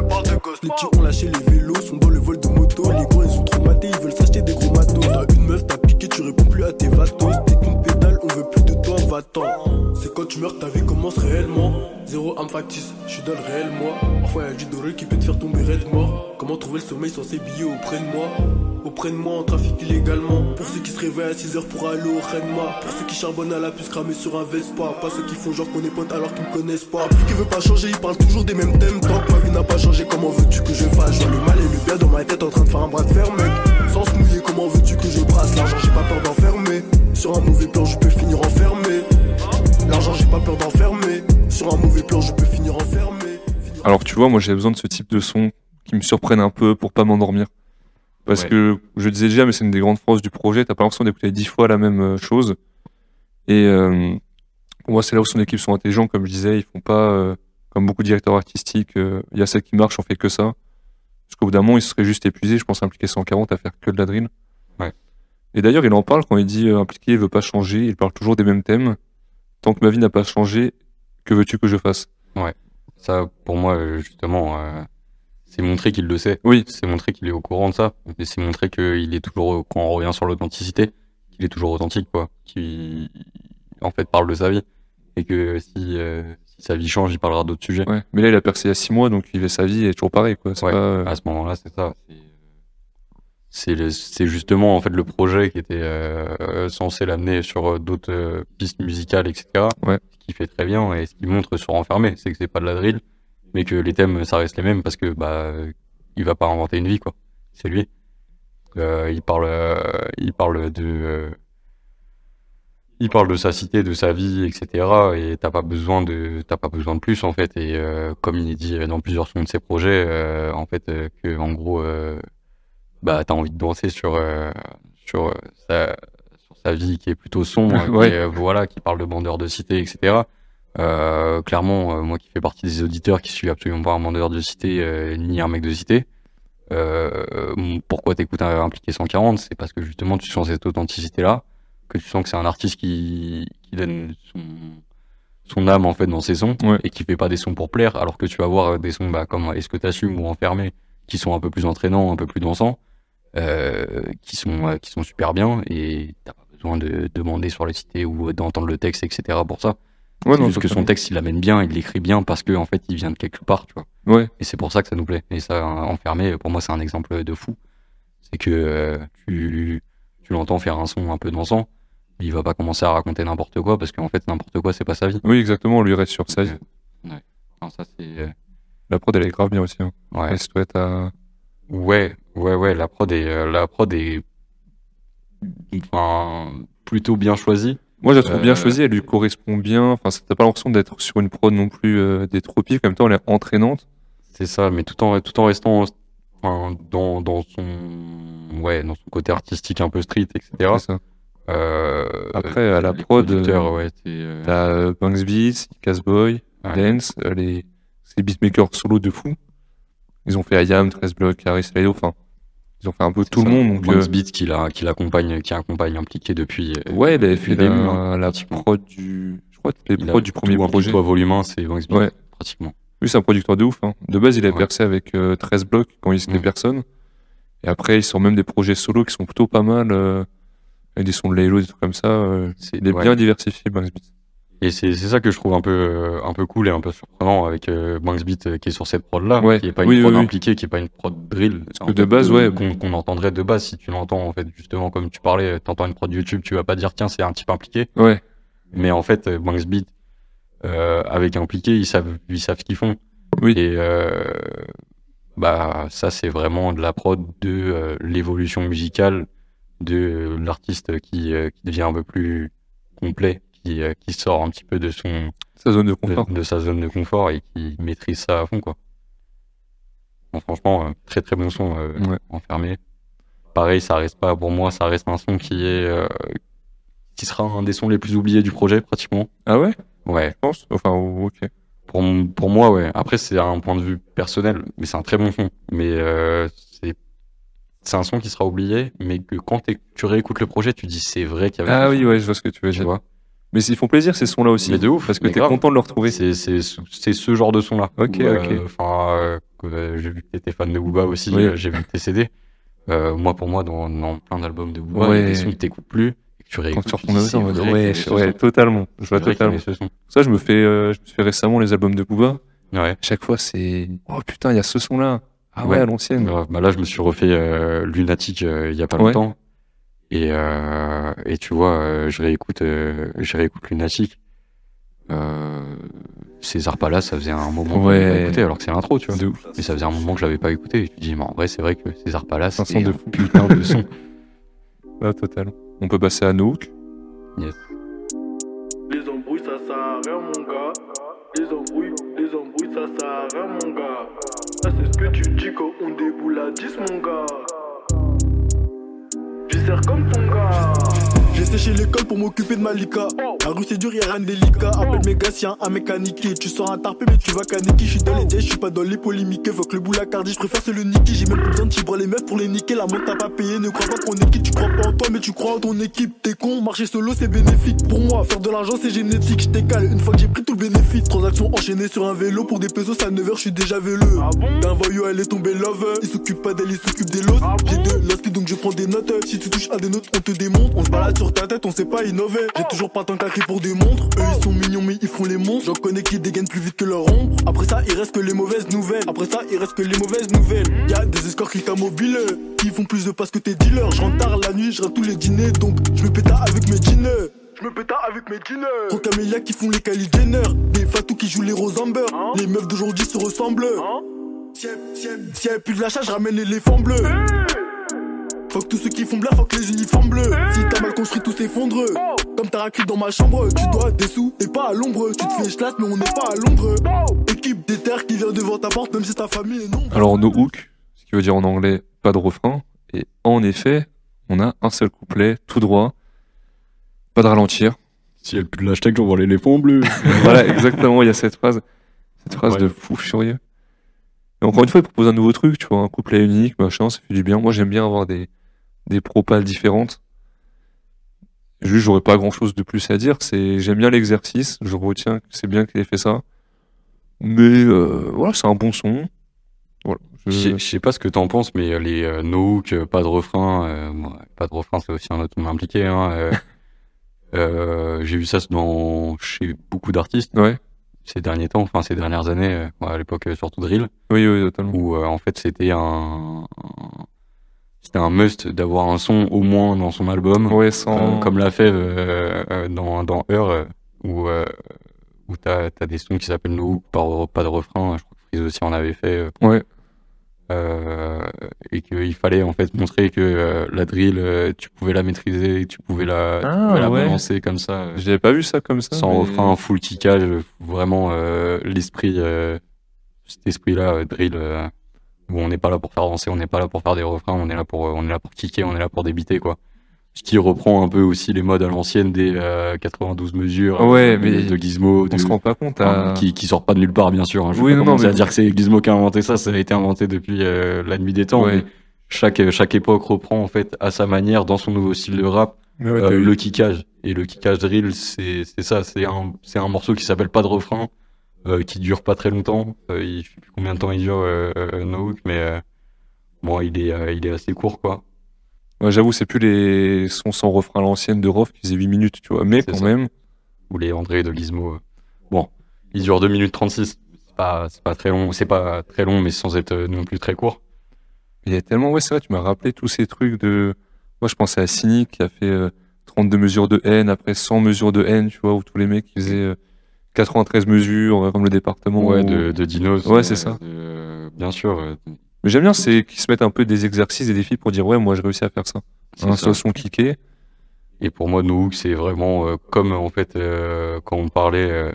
Les petits ont lâché les vélos, sont dans le vol de moto. Les gros ils sont trop matés, ils veulent s'acheter des gros matos. T'as une meuf, t'as piqué, tu réponds plus à tes vatos. T'es qu'une pédale, on veut plus de toi, va-t'en. C'est quand tu meurs que ta vie commence réellement. Zéro âme factice, je suis dans le réel moi. Parfois y'a du doré qui peut te faire tomber raide mort. Comment trouver le sommeil sans ses billets auprès de moi? Auprès de moi on trafique illégalement. Pour ceux qui se réveillent à 6h pour aller au Renma. Pour ceux qui charbonnent à la puce cramée sur un Vespa. Pas ceux qui font genre qu'on est potes alors qu'ils me connaissent pas. Plus qui veut pas changer, il parle toujours des mêmes thèmes. Tant que ma vie n'a pas changé, comment veux-tu que je fasse? Je vois le mal et le bien dans ma tête en train de faire un bras de fer mec. Sans se mouiller, comment veux-tu que je brasse? L'argent j'ai pas peur d'enfermer. Sur un mauvais plan je peux finir enfermé. L'argent j'ai pas peur d'enfermer. Sur un mauvais plan je peux finir enfermé.
Alors tu vois, moi j'ai besoin de ce type de son qui me surprennent un peu pour pas m'endormir. Parce que, je le disais déjà, mais c'est une des grandes forces du projet, t'as pas l'impression d'écouter 10 fois la même chose. Et pour moi c'est là où son équipe sont intelligents, comme je disais, ils font pas, comme beaucoup de directeurs artistiques, il y a celle qui marche, on fait que ça. Parce qu'au bout d'un moment, ils se seraient juste épuisés, je pense, impliquer 140 à faire que de la drill.
Ouais.
Et d'ailleurs, il en parle quand il dit impliqué, il veut pas changer, il parle toujours des mêmes thèmes. Tant que ma vie n'a pas changé, que veux-tu que je fasse?
Ouais. Ça, pour moi, justement, c'est montrer qu'il le sait.
Oui.
C'est montrer qu'il est au courant de ça. Et c'est montrer qu'il est toujours, quand on revient sur l'authenticité, qu'il est toujours authentique, quoi. Qu'il, en fait, parle de sa vie. Et que si sa vie change, il parlera d'autres sujets.
Ouais. Mais là, il a percé il y a 6 mois, donc il est sa vie est toujours pareil, quoi. C'est pas,
à ce moment-là, c'est ça. C'est justement, en fait, le projet qui était censé l'amener sur d'autres pistes musicales, etc.
Ouais.
Ce qu'il fait très bien et ce qu'il montre sur Enfermé, c'est que c'est pas de la drill, mais que les thèmes, ça reste les mêmes parce que, il va pas inventer une vie, quoi. C'est lui. Il parle de sa cité, de sa vie, etc. Et t'as pas besoin de plus, en fait. Et comme il est dit dans plusieurs sons de ses projets, en fait, que en gros, t'as envie de danser sur sa vie qui est plutôt sombre, qui parle de bandeur de cité, etc. Clairement, moi qui fais partie des auditeurs qui suis absolument pas un bandeur de cité ni un mec de cité. Pourquoi t'écoutes Impliqué 140? C'est parce que justement tu sens cette authenticité-là, que tu sens que c'est un artiste qui donne son âme en fait dans ses sons et qui fait pas des sons pour plaire, alors que tu vas voir des sons comme Est-ce que t'assumes ou Enfermé qui sont un peu plus entraînants, un peu plus dansants, qui sont super bien et t'as pas besoin de demander sur le site ou d'entendre le texte, etc. pour ça.
Ouais,
C'est juste que son texte, il l'amène bien, il l'écrit bien parce que en fait, il vient de quelque part, tu vois.
Ouais.
Et c'est pour ça que ça nous plaît. Et ça, Enfermé, pour moi, c'est un exemple de fou. C'est que tu l'entends faire un son un peu dansant, mais il va pas commencer à raconter n'importe quoi parce qu'en fait, n'importe quoi, c'est pas sa vie.
Oui, exactement, lui reste sur sa vie.
Ouais. Non, ça, c'est...
La prod, elle est grave bien aussi. Hein.
Ouais.
Ouais,
La prod est enfin, plutôt bien choisie.
moi, je la trouve bien choisie, elle lui correspond bien. Enfin, t'as pas l'impression d'être sur une prod non plus des tropiques. En même temps, elle est entraînante.
C'est ça, mais tout en restant enfin, dans son côté artistique un peu street, etc.
C'est ça. Après, à la
les
prod,
producteurs,
t'as Banks Beats, Casboy,
Ouais.
Dance, ces beatmakers solo de fou. Ils ont fait Ayam, 13 Block, Harris Lado, enfin, ils ont fait un peu tout le monde. Donc,
Banks Beats qui accompagne impliqué depuis.
ouais, il avait
depuis
fait
le début, hein,
la
pratiquement.
prod du. Je crois que c'était les prods du premier projet.
Toi, volume 1, c'est Banks Beats,
Ouais.
pratiquement.
Lui, c'est un producteur de ouf. Hein. De base, il avait
Ouais.
percé avec 13 Block quand il était personne. Et après, il sort même des projets solo qui sont plutôt pas mal. Avec des sons de Laylo, des trucs comme ça. Il est bien diversifié, Banks Beats.
Et c'est ça que je trouve un peu cool et un peu surprenant avec Banks Beats qui est sur cette prod là,
Ouais.
qui est pas une
Oui,
prod
oui, oui.
impliquée, qui est pas une prod drill.
Parce que de base, ouais.
Qu'on entendrait de base, si tu l'entends en fait, justement comme tu parlais, t'entends une prod YouTube, tu vas pas dire tiens c'est un type impliqué.
Ouais.
Mais en fait, Banks Beats avec impliqué, ils savent ce qu'ils font.
Oui.
Et bah ça c'est vraiment de la prod de l'évolution musicale de l'artiste qui devient un peu plus complet, qui sort un petit peu de
sa zone de confort.
De sa zone de confort et qui maîtrise ça à fond, quoi. Bon, franchement, très très bon son, Enfermé. Pareil, ça reste pas, pour moi, ça reste un son qui sera un des sons les plus oubliés du projet, pratiquement.
Ah ouais?
Ouais.
Je pense. Enfin, ok.
Pour moi, ouais. Après, c'est un point de vue personnel, mais c'est un très bon son. Mais c'est un son qui sera oublié, mais que quand tu réécoutes le projet, tu dis c'est vrai qu'il y avait.
Ah oui, ouais, je vois ce que tu veux dire.
Vois.
Mais ils font plaisir ces sons-là aussi.
Mais de ouf,
parce que t'es content de le retrouver.
C'est ce genre de son-là.
Ok.
Enfin, j'ai vu que t'étais fan de Booba aussi.
Oui.
J'ai vu tes CD. Pour moi, dans plein d'albums de Booba, il y a des sons que t'écoutes plus et que tu réécoutes.
Quand tu retournes ça, ouais, totalement. Je vois totalement. Ça, je me suis fait récemment les albums de Booba.
Ouais.
Chaque fois, c'est oh putain, il y a ce son-là. Ah ouais, à l'ancienne.
Bah là, je me suis refait Lunatic il y a pas longtemps. Et tu vois, je réécoute Lunatic. César Palace, ça faisait un moment que je l'avais pas écouté, alors que c'est l'intro, tu vois. Mais ça faisait un moment que je l'avais pas écouté. Et je me dis, mais en vrai, c'est vrai que César Palace, c'est un putain de son.
Ah, total. On peut passer à Nook.
Yes.
Les embrouilles, ça sert à rien, mon gars. Les embrouilles, ça sert à rien, mon gars. Ça, c'est ce que tu dis quand on déboule à 10, mon gars. J'y comme ton gars. J'ai séché l'école pour m'occuper de Malika. La rue c'est dur, y'a rien de délicat. Appelle mes gars, y'a un mécanique. Tu sors un tarpé, mais tu vas caniquer. J'suis dans les jets, j'suis pas dans les polémiques. Faut que le bout la cardi, j'préfère c'est le niquer. J'ai même plus besoin de chibre les meufs pour les niquer. La montre t'as pas payé, ne crois pas qu'on est qui. Tu crois pas en toi, mais tu crois en ton équipe. T'es con, marcher solo c'est bénéfique. Pour moi, faire de l'argent c'est génétique. J't'ai calé une fois que j'ai pris tout le bénéfice. Transaction enchaînée sur un vélo. Pour des pesos à 9h, j'suis déjà véleux. D'un voyou, elle est tombée love. Il s'occupe pas d'elle, il s'occupe des lots. J'ai de l'inspi donc je prends des notes. Si tu touches à des notes, on te démonte. On se balade sur ta tête, on sait pas innover. J'ai toujours pas tant qu'à crier pour des montres. Eux ils sont mignons mais ils font les monstres. J'en connais qui dégainent plus vite que leur ombre. Après ça il reste que les mauvaises nouvelles. Y'a des escorts qui mobile qui font plus de passes que tes dealers. Je rentre tard la nuit, je rate tous les dîners. Donc je me pétard avec mes jeaners. Trop camélias qui font les Kylie Jenner. Des Fatou qui jouent les Rose Amber. Les meufs d'aujourd'hui se ressemblent. Si y'a plus de l'achat, je ramène l'éléphant bleu. Fuck tous ceux qui font blaire, fuck les uniformes bleus. Si t'as mal construit, tout s'effondre. Comme t'as raclé dans ma chambre, tu dois des sous et pas à l'ombre. Tu te fais chlasse, mais on n'est pas à Londres. Équipe des terres qui vient devant ta porte, même si ta famille est non.
Alors, no hook, ce qui veut dire en anglais pas de refrain. Et en effet, on a un seul couplet, tout droit. Pas de ralentir.
Si elle plus de l'hashtag, j'envoie l'éléphant bleu.
Voilà, exactement, il y a cette phrase de fou furieux. Et encore une fois, il propose un nouveau truc, tu vois, un couplet unique, machin, ça fait du bien. Moi, j'aime bien avoir des propales différentes. Juste, j'aurais pas grand chose de plus à dire. J'aime bien l'exercice, je retiens que c'est bien qu'il ait fait ça. Mais voilà, c'est un bon son. Voilà.
Je sais pas ce que t'en penses, mais les no hook, pas de refrain, c'est aussi un autre nom impliqué. Hein, J'ai vu ça chez beaucoup d'artistes
Ouais.
ces derniers temps, enfin ces dernières années, à l'époque surtout drill,
Oui, totalement.
où en fait c'était un must d'avoir un son au moins dans son album,
Ouais, sans.
comme l'a fait dans Heur, où t'as des sons qui s'appellent No Hook, pas de refrain. Je crois que Freeze aussi en avait fait.
Ouais.
Et qu'il fallait en fait montrer que la drill, tu pouvais la maîtriser, tu pouvais la balancer comme ça,
J'avais pas vu ça comme ça.
sans
mais-
refrain, full kickage, vraiment l'esprit, cet esprit-là, drill, où on n'est pas là pour faire danser, on n'est pas là pour faire des refrains, on est là pour kicker, on est là pour débiter, quoi. Ce qui reprend un peu aussi les modes à l'ancienne des 92 mesures,
Ouais, mais
de Gizmo,
On se rend pas compte.
qui sortent pas de nulle part, bien sûr. Hein. Je
Oui,
vais pas
non,
commencer
mais-
à dire que c'est Gizmo qui a inventé ça, ça a été inventé depuis la nuit des temps.
Ouais.
Mais chaque époque reprend en fait à sa manière, dans son nouveau style de rap,
Mais ouais, t'as eu-
le kickage. Et le kickage drill, c'est ça, c'est un morceau qui s'appelle pas de refrain, qui dure pas très longtemps. Je sais plus combien de temps il dure, No Hook, mais bon, il est assez court, quoi.
Ouais, j'avoue, c'est plus les sons sans refrain à l'ancienne de Rof qui faisaient 8 minutes, tu vois. Mais
C'est
quand
ça.
même,
Ou les André de Gizmo. Bon, il dure 2 minutes 36. C'est pas très long, mais sans être non plus très court.
il y a tellement. Ouais, c'est vrai, tu m'as rappelé tous ces trucs de. Moi, je pensais à Cynic qui a fait 32 mesures de haine, après 100 mesures de haine, tu vois, où tous les mecs qui faisaient 93 mesures, comme le département.
Ouais,
ou-
de Dinos.
Ouais, c'est ça.
Bien sûr.
Mais j'aime bien, c'est qu'ils se mettent un peu des exercices et des défis pour dire, ouais, moi, j'ai réussi à faire ça.
C'est
Un
ça.
seul son kické.
Et pour moi, No Hook, c'est vraiment comme en fait quand on parlait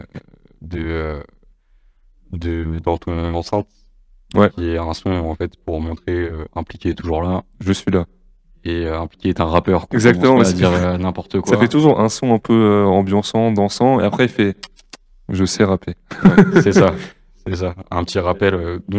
de dans ton enceinte,
Ouais.
qui est un son en fait pour montrer Impliqué est toujours là.
Je suis là.
Et Impliqué est un rappeur. qu'on
Exactement,
commence
mais
pas à
c'est-
dire n'importe quoi.
Ça fait toujours un son un peu ambiançant, dansant, et après, il fait, je sais rapper.
C'est ça, c'est ça. Un petit rappel dont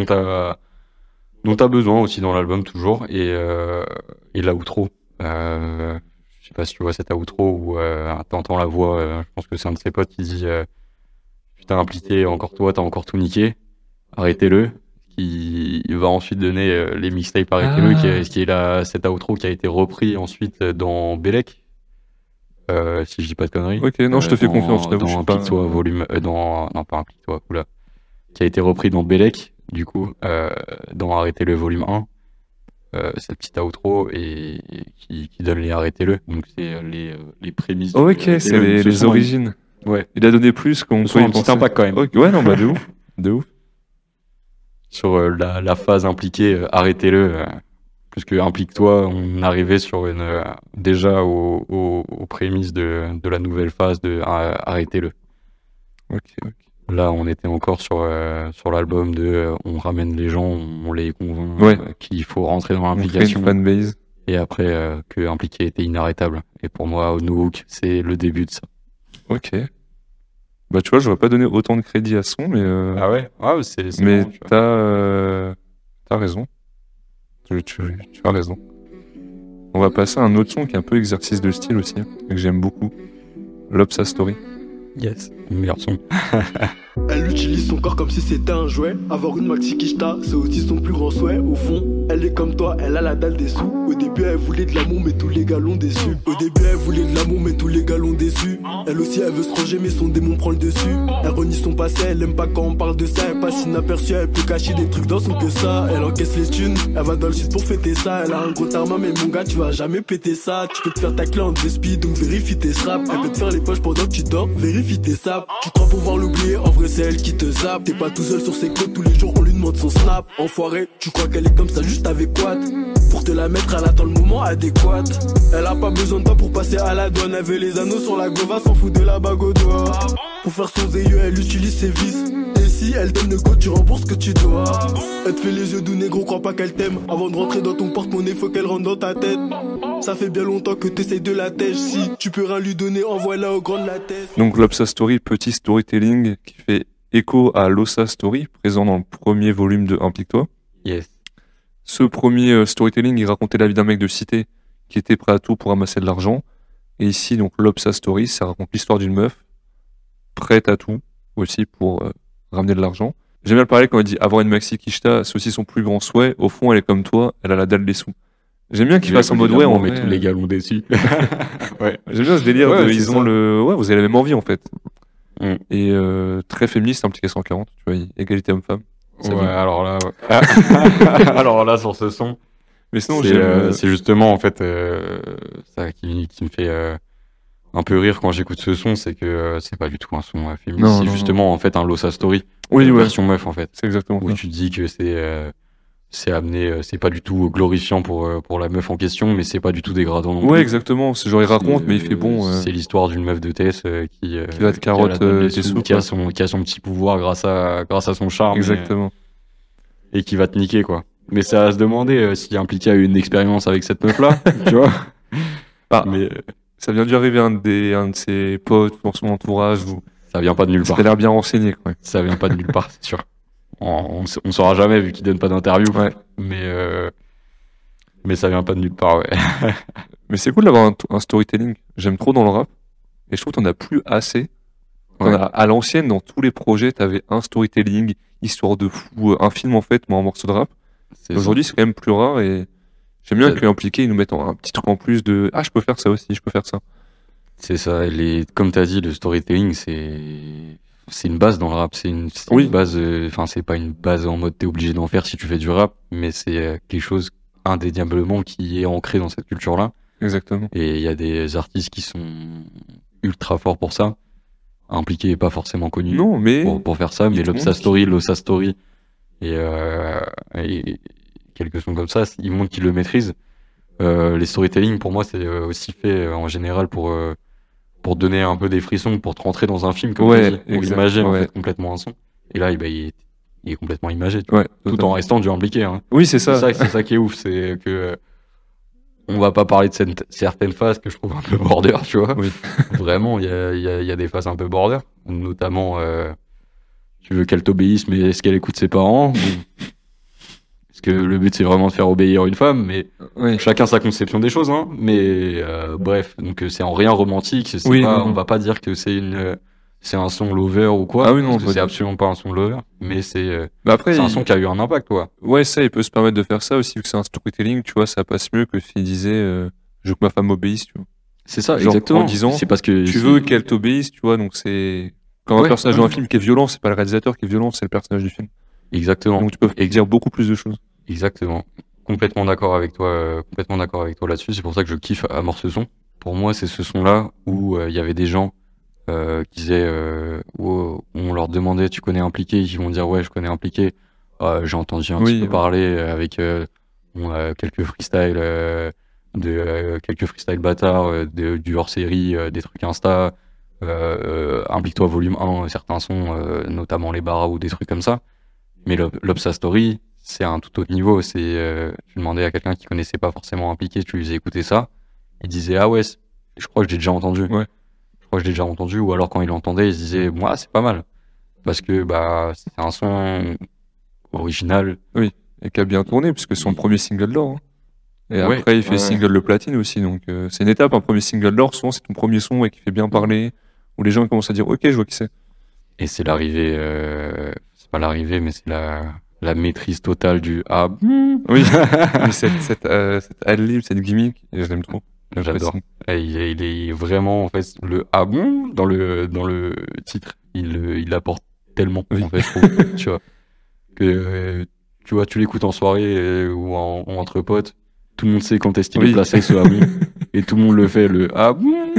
t'as besoin aussi dans l'album toujours, et l'outro. Je sais pas si tu vois cet outro où t'entends la voix, je pense que c'est un de ses potes qui dit putain, Impliqué, encore toi, t'as encore tout niqué, arrêtez-le. Il va ensuite donner les mixtapes Arrêtez-le, qui est cet outro qui a été repris ensuite dans Bellec, si je dis pas de conneries.
Ok, non, je te fais confiance, je t'avoue, je
Dans
suis pas-
Implique-toi volume, non pas Implique-toi, oula, qui a été repris dans Bellec, du coup, dans Arrêtez-le volume 1, cette petite outro et qui donne les Arrêtez-le, donc c'est les prémices. du
Ok,
Arrêtez-le.
c'est les
Ce son a-
origines.
Ouais,
Il a donné plus qu'on
ce son a un petit
pensait.
impact quand même.
Ok, ouais, non, bah de ouf. De ouf.
Sur la phase impliquée, Arrêtez-le, plus que Implique-toi, on arrivait sur déjà aux prémices de la nouvelle phase de Arrêtez-le.
Ok.
Là, on était encore sur l'album de on ramène les gens, on les convainc
Ouais.
qu'il faut rentrer dans
On crée une
l'implication.
fanbase.
Et après, que Impliqué était inarrêtable. Et pour moi, No Hook, c'est le début de ça.
Ok. Bah, tu vois, j'aurais pas donné autant de crédit à son, mais.
ouais. C'est
Mais
marrant, tu vois.
t'as raison. Tu as raison. On va passer à un autre son qui est un peu exercice de style aussi, et que j'aime beaucoup. Lobsa Story.
Yes. Meilleur son.
Elle utilise son corps comme si c'était un jouet. Avoir une maxi quicheta, c'est aussi son plus grand souhait. Au fond, elle est comme toi, elle a la dalle des sous. Au début, elle voulait de l'amour, mais tous les gars l'ont déçu. Au début, elle voulait de l'amour, mais tous les gars l'ont déçu. Elle aussi, elle veut se ranger, mais son démon prend le dessus. Elle renie son passé, elle aime pas quand on parle de ça. Elle passe inaperçue, elle peut cacher des trucs dans son que ça. Elle encaisse les thunes, elle va dans le sud pour fêter ça. Elle a un gros tarma, mais mon gars, tu vas jamais péter ça. Tu peux te faire ta clé en deux speed, donc vérifie tes straps. Elle peut te faire les poches pendant que tu dors, vérifie tes saps. Tu crois pouvoir l'oublier, en vrai c'est elle qui te zappe. T'es pas tout seul sur ses côtes, tous les jours on lui demande son snap. Enfoiré, tu crois qu'elle est comme ça juste avec quoi? Pour te la mettre, elle attend le moment adéquat. Elle a pas besoin de toi pour passer à la douane. Elle veut les anneaux sur la gova, s'en fout de la bague au doigt. Pour faire son zéyeux, elle utilise ses vis. Et si elle donne le go, tu rembourses ce que tu dois. Elle te fait les yeux doux, négro, crois pas qu'elle t'aime. Avant de rentrer dans ton porte-monnaie, faut qu'elle rentre dans ta tête. Ça fait bien longtemps que t'essayes de la tèche. Si tu peux rien lui donner, envoie-la au grand de la tête.
Donc Lobsa Story, petit storytelling qui fait écho à Losa Story, présent dans le premier volume de Implique-toi.
Yes.
Ce premier storytelling, il racontait la vie d'un mec de cité qui était prêt à tout pour amasser de l'argent. Et ici, donc, Lobsa Story, ça raconte l'histoire d'une meuf prête à tout aussi pour ramener de l'argent. J'aime bien le parler quand elle dit avoir une maxi quicheta, c'est aussi son plus grand souhait. Au fond, elle est comme toi, elle a la dalle des sous. J'aime bien qu'ils fassent en mode ouais, on
met tous les galons dessus. Ouais.
J'aime bien ce délire
Ouais,
ils
c'est
ont
ça.
ouais, vous avez la même envie en fait.
Mm.
Et très féministe, impliqué 140, tu vois, égalité homme-femme. Ça
Ouais,
vit.
alors là, alors là, sur ce son,
Mais sinon,
c'est justement en fait ça qui me fait un peu rire quand j'écoute ce son, c'est que c'est pas du tout un son féministe,
Non,
c'est
non,
justement en fait un Losa Story,
Oui, ouais,
version meuf en fait,
c'est exactement
où
ça.
tu te dis que c'est amené, c'est pas du tout glorifiant pour la meuf en question, mais c'est pas du tout dégradant non
Ouais,
plus.
exactement. C'est genre, il raconte, mais il fait bon.
C'est l'histoire d'une meuf de TS qui
va te carotte
a la table des
tes
sous,
sous,
qui a
quoi.
son petit pouvoir grâce à son charme
Exactement.
et qui va te niquer quoi. Mais c'est à se demander s'il impliqué a eu une expérience avec cette meuf là, tu vois.
Bah,
Mais
ça vient dû arriver à un de ses potes, dans son entourage, où
ça vient pas de nulle
il
part.
a l'air bien renseigné, quoi.
Ça vient pas de nulle part, c'est sûr. On saura jamais vu qu'il donne pas d'interview.
Ouais.
Mais ça vient pas de nulle part, ouais.
Mais c'est cool d'avoir un storytelling. J'aime trop dans le rap. Et je trouve que t'en as plus assez.
Ouais.
À l'ancienne, dans tous les projets, t'avais un storytelling, histoire de fou, un film en fait, mais en morceau de rap.
C'est
Aujourd'hui, c'est quand même plus rare et j'aime bien
C'est-
que Impliqué, ils nous mettent un petit truc en plus de je peux faire ça aussi, je peux faire ça.
C'est ça, comme t'as dit, le storytelling, c'est une base dans le rap. C'est une
Oui.
base, enfin, c'est pas une base en mode t'es obligé d'en faire si tu fais du rap, mais c'est quelque chose indéniablement qui est ancré dans cette culture-là.
Exactement.
Et il y a des artistes qui sont ultra forts pour ça. Impliqué et pas forcément connu
Non, mais
pour faire ça, mais
te
Lobsa
montrent
Story, Losa Story et quelques sons comme ça, ils montrent qu'ils le maîtrisent. Les storytelling, pour moi, c'est aussi fait en général pour donner un peu des frissons, pour te rentrer dans un film, comme
Ouais,
tu dis, pour
exact,
imager en
ouais.
fait complètement un son. Et là, il est complètement imagé, tu vois,
ouais,
tout en
totalement.
restant du impliqué. Hein.
Oui, c'est
C'est
ça.
ça qui est ouf, c'est que on va pas parler de certaines phases que je trouve un peu border, tu vois.
Oui.
Vraiment, il y a des phases un peu border, notamment tu veux qu'elle t'obéisse, mais est-ce qu'elle écoute ses parents? Parce que le but c'est vraiment de faire obéir une femme, mais
Oui.
chacun sa conception des choses, hein. Mais bref, donc c'est en rien romantique. C'est
Oui,
pas,
non, non.
on va pas dire que c'est un son lover ou quoi.
Ah oui, non,
parce que
pas
c'est
du
absolument pas un son lover, mais c'est
Après,
un son qui a eu un impact, quoi.
ouais, ça, il peut se permettre de faire ça aussi, vu que c'est un storytelling, tu vois, ça passe mieux que s'il disait je veux que ma femme m'obéisse, tu vois.
C'est ça,
Genre,
exactement.
en disant,
c'est parce que
Tu veux qu'elle t'obéisse, tu vois, donc c'est. Quand un
Ouais,
personnage
ouais.
dans un film qui est violent, c'est pas le réalisateur qui est violent, c'est le personnage du film.
Exactement.
Donc tu peux dire beaucoup plus de choses.
Exactement. Complètement d'accord avec toi là-dessus. C'est pour ça que je kiffe à mort ce son. Pour moi, c'est ce son-là où il y avait des gens qui disaient, où on leur demandait, tu connais Impliqué? Ils vont dire, ouais, je connais Impliqué. J'ai entendu un petit peu parler avec quelques freestyles, quelques freestyles bâtards, du hors-série, des trucs Insta. Implique-toi volume 1, certains sons, notamment les Barra ou des trucs comme ça. Mais l'Obsa Story, c'est un tout autre niveau. Tu demandais à quelqu'un qui connaissait pas forcément Impliqué, tu lui faisais écouter ça, il disait ah ouais, je crois que j'ai déjà entendu.
Ouais.
Je crois que je l'ai déjà entendu. Ou alors quand il l'entendait, il se disait moi c'est pas mal parce que bah c'est un son original.
Oui, et qui a bien tourné puisque c'est son premier single d'or. Hein. Et
Ouais,
après il fait
ouais.
single de platine aussi, donc c'est une étape. Un premier single d'or, souvent c'est ton premier son et qui fait bien parler, où les gens commencent à dire ok, je vois qui c'est.
Et c'est l'arrivée, c'est pas l'arrivée, mais c'est la maîtrise totale du ah.
Oui, mais cette ad-lib, cette gimmick, et je l'aime trop.
J'adore. Et il est vraiment en fait le ah bon dans le titre. Il apporte tellement en fait, je trouve, tu vois, que tu vois, tu l'écoutes en soirée ou entre potes, tout le monde sait quand est-ce qu'il est placé ce ah bon et tout le monde le fait le ah bon.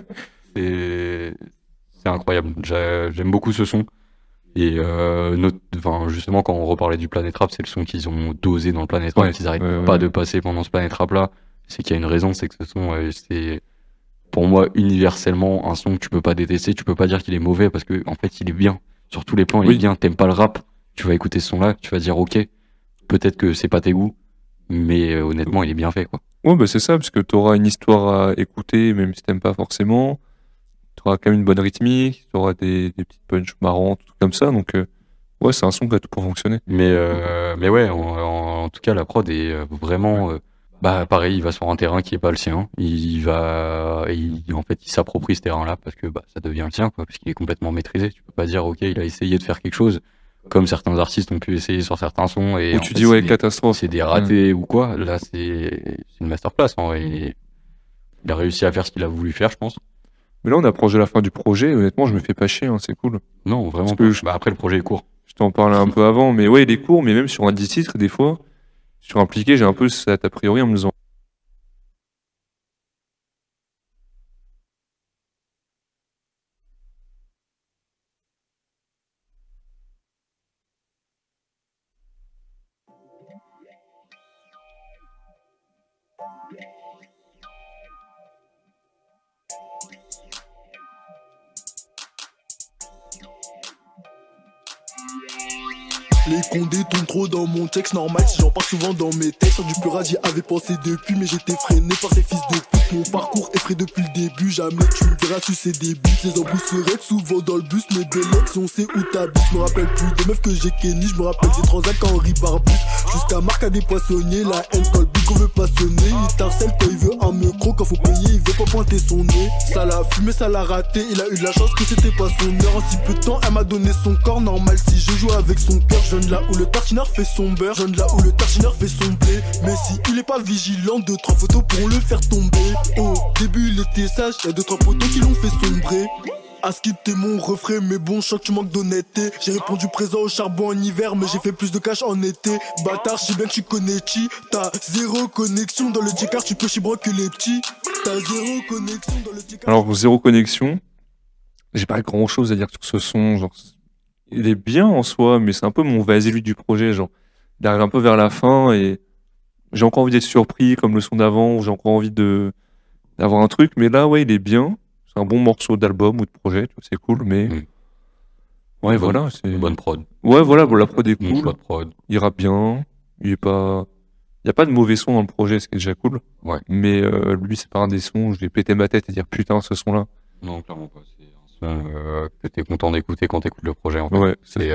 C'est incroyable. J'aime beaucoup ce son. Et justement, quand on reparlait du Planet Rap, c'est le son qu'ils ont dosé dans le Planet Rap, qu'ils n'arrêtent pas de passer pendant ce Planet Rap là. C'est qu'il y a une raison, c'est que ce son, c'est pour moi universellement un son que tu peux pas détester, tu peux pas dire qu'il est mauvais parce que en fait il est bien. Sur tous les plans, il est bien. T'aimes pas le rap, tu vas écouter ce son là, tu vas dire ok, peut-être que c'est pas tes goûts, mais honnêtement il est bien fait quoi.
Ouais, bah c'est ça, parce que t'auras une histoire à écouter, même si t'aimes pas forcément. T'auras quand même une bonne rythmique, t'auras des petites punches marrantes, tout comme ça. Donc, ouais, c'est un son qui a tout pour fonctionner.
Mais ouais, en tout cas, la prod est vraiment. Pareil, il va sur un terrain qui est pas le sien. En fait, il s'approprie ce terrain-là parce que ça devient le sien, quoi, parce qu'il est complètement maîtrisé. Tu peux pas dire, ok, il a essayé de faire quelque chose comme certains artistes ont pu essayer sur certains sons. Et
où tu dis, ouais, catastrophe.
C'est des ratés ou quoi. Là, c'est une masterclass. En vrai. Il a réussi à faire ce qu'il a voulu faire, je pense.
Mais là, on approche de la fin du projet. Honnêtement, je me fais pas chier, hein, c'est cool.
Non, vraiment. Après, le projet est court.
Je t'en parlais un peu avant, mais ouais, il est court, mais même sur un 10 titres, des fois, sur Impliqué, j'ai un peu cet a priori en me disant.
Les condés tournent trop dans mon texte, normal si j'en parle souvent dans mes textes. Sur du purage j'y avais pensé depuis, mais j'étais freiné par ces fils de pute. Mon parcours est frais depuis le début, jamais tu me verras sucer des buts. Les embrouilles seraient souvent dans le bus, mais dès lors si on sait où t'habites. Je me rappelle plus des meufs que j'ai kenny, je me rappelle des transacts quand Henri Barbus. Jusqu'à Marc à des poissonniers, la haine quand le bic on veut pas sonner. Il t'harcèle quand il veut un micro, quand faut payer il veut pas pointer son nez. Ça l'a fumé, ça l'a raté, il a eu de la chance que c'était pas son heure. En si peu de temps elle m'a donné son corps, normal si je joue avec son cœur. Je viens de là où le tartineur fait son beurre, je viens de là où le tartineur fait son blé. Mais si il est pas vigilant, 2-3 photos pourront le faire tomber. Au début il était sage, y'a 2-3 potos qui l'ont fait sombrer. À ce t'es mon refrain, mais bon, choc, tu manques d'honnêteté. J'ai répondu présent au charbon en hiver, mais j'ai fait plus de cash en été. Bâtard, je sais bien que tu connais Chi. T'as zéro connexion dans le J-Car, tu peux chibrer que les petits. T'as zéro connexion dans le J-Car.
Alors, zéro connexion, j'ai pas grand chose à dire sur ce son. Genre, il est bien en soi, mais c'est un peu mon vas-y-lui du projet. Genre, il arrive un peu vers la fin et j'ai encore envie d'être surpris comme le son d'avant, ou j'ai encore envie d'avoir un truc, mais là, ouais, il est bien. C'est un bon morceau d'album ou de projet, tu vois, c'est cool, mais. Ouais, voilà. C'est
une bonne prod.
Ouais, voilà, bon, la prod est cool.
Bon choix de prod.
Il rappe bien. Il est pas. Il y a pas de mauvais son dans le projet, ce qui est déjà cool.
Ouais.
Mais lui, c'est pas un des sons où je vais péter ma tête et dire putain, ce son-là.
Non, clairement pas. C'est un son que t'es content d'écouter quand t'écoutes le projet, en fait.
Ouais.
C'est.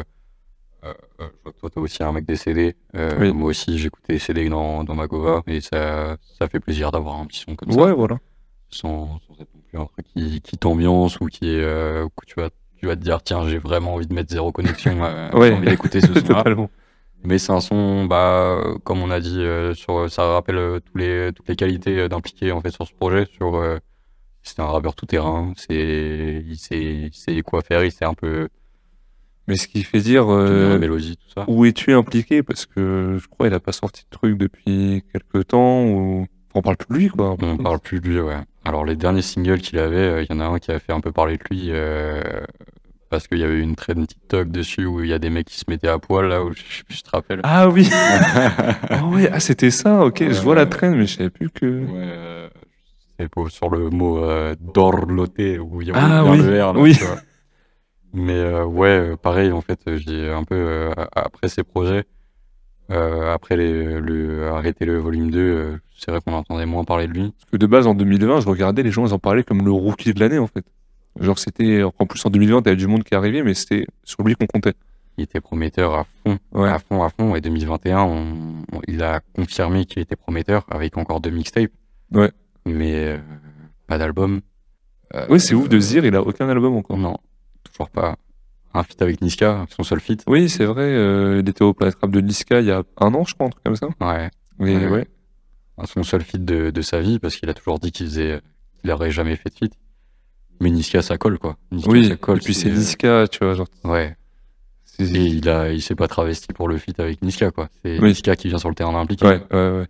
Je vois que toi, t'as aussi un mec des CD.
Oui.
Moi aussi, j'écoutais les CD dans ma Gova et ça fait plaisir d'avoir un petit son comme ça.
Ouais, voilà.
Sans être non plus un truc qui t'ambiance ou qui est où tu vas te dire tiens, j'ai vraiment envie de mettre zéro connexion,
Ouais.
j'ai envie d'écouter ce son-là.
Totalement.
Mais c'est un son, comme on a dit, ça rappelle toutes les qualités d'impliquer en fait sur ce projet. C'est un rappeur tout terrain, il sait quoi faire, il sait un peu
Mais ce qui fait dire
la mélodie, tout ça.
où es-tu impliqué, parce que je crois qu'il a pas sorti de truc depuis quelques temps, ou on parle plus de lui, quoi.
On parle plus de lui, ouais. Alors les derniers singles qu'il avait, il y en a un qui a fait un peu parler de lui parce qu'il y avait une trend TikTok dessus où il y a des mecs qui se mettaient à poil là, où je sais plus si tu te rappelles.
Ah oui. Ah ouais, ah c'était ça, ok, je vois la traîne, mais je savais plus que.
Ouais, c'est sur le mot dorloté où il y a
Ah
bien
oui,
le R là,
oui.
tu vois. Mais ouais, pareil en fait, j'ai un peu après ces projets, après arrêter le volume 2, c'est vrai qu'on entendait moins parler de lui.
Parce que de base, en 2020, je regardais, les gens, ils en parlaient comme le rookie de l'année, en fait. Genre, c'était. En plus, en 2020, t'avais du monde qui arrivait, mais c'était sur lui qu'on comptait.
Il était prometteur à fond,
Ouais.
à fond. Et 2021, il a confirmé qu'il était prometteur avec encore 2 mixtapes.
Ouais.
Mais pas d'album.
Oui, c'est ouf de se dire, il a aucun album encore.
Non, toujours pas. Un feat avec Niska, son seul feat.
Oui, c'est vrai, il était au Planet Rap de Niska il y a 1 an, je crois, un truc comme ça.
Ouais.
Mais ouais.
Son seul feat de sa vie, parce qu'il a toujours dit qu'il aurait jamais fait de feat. Mais Niska, ça colle, quoi. Niska,
Oui,
ça colle,
et puis c'est Niska, tu vois, genre.
Ouais. Et il s'est pas travesti pour le feat avec Niska, quoi. C'est
Oui.
Niska qui vient sur le terrain impliqué.
Ouais.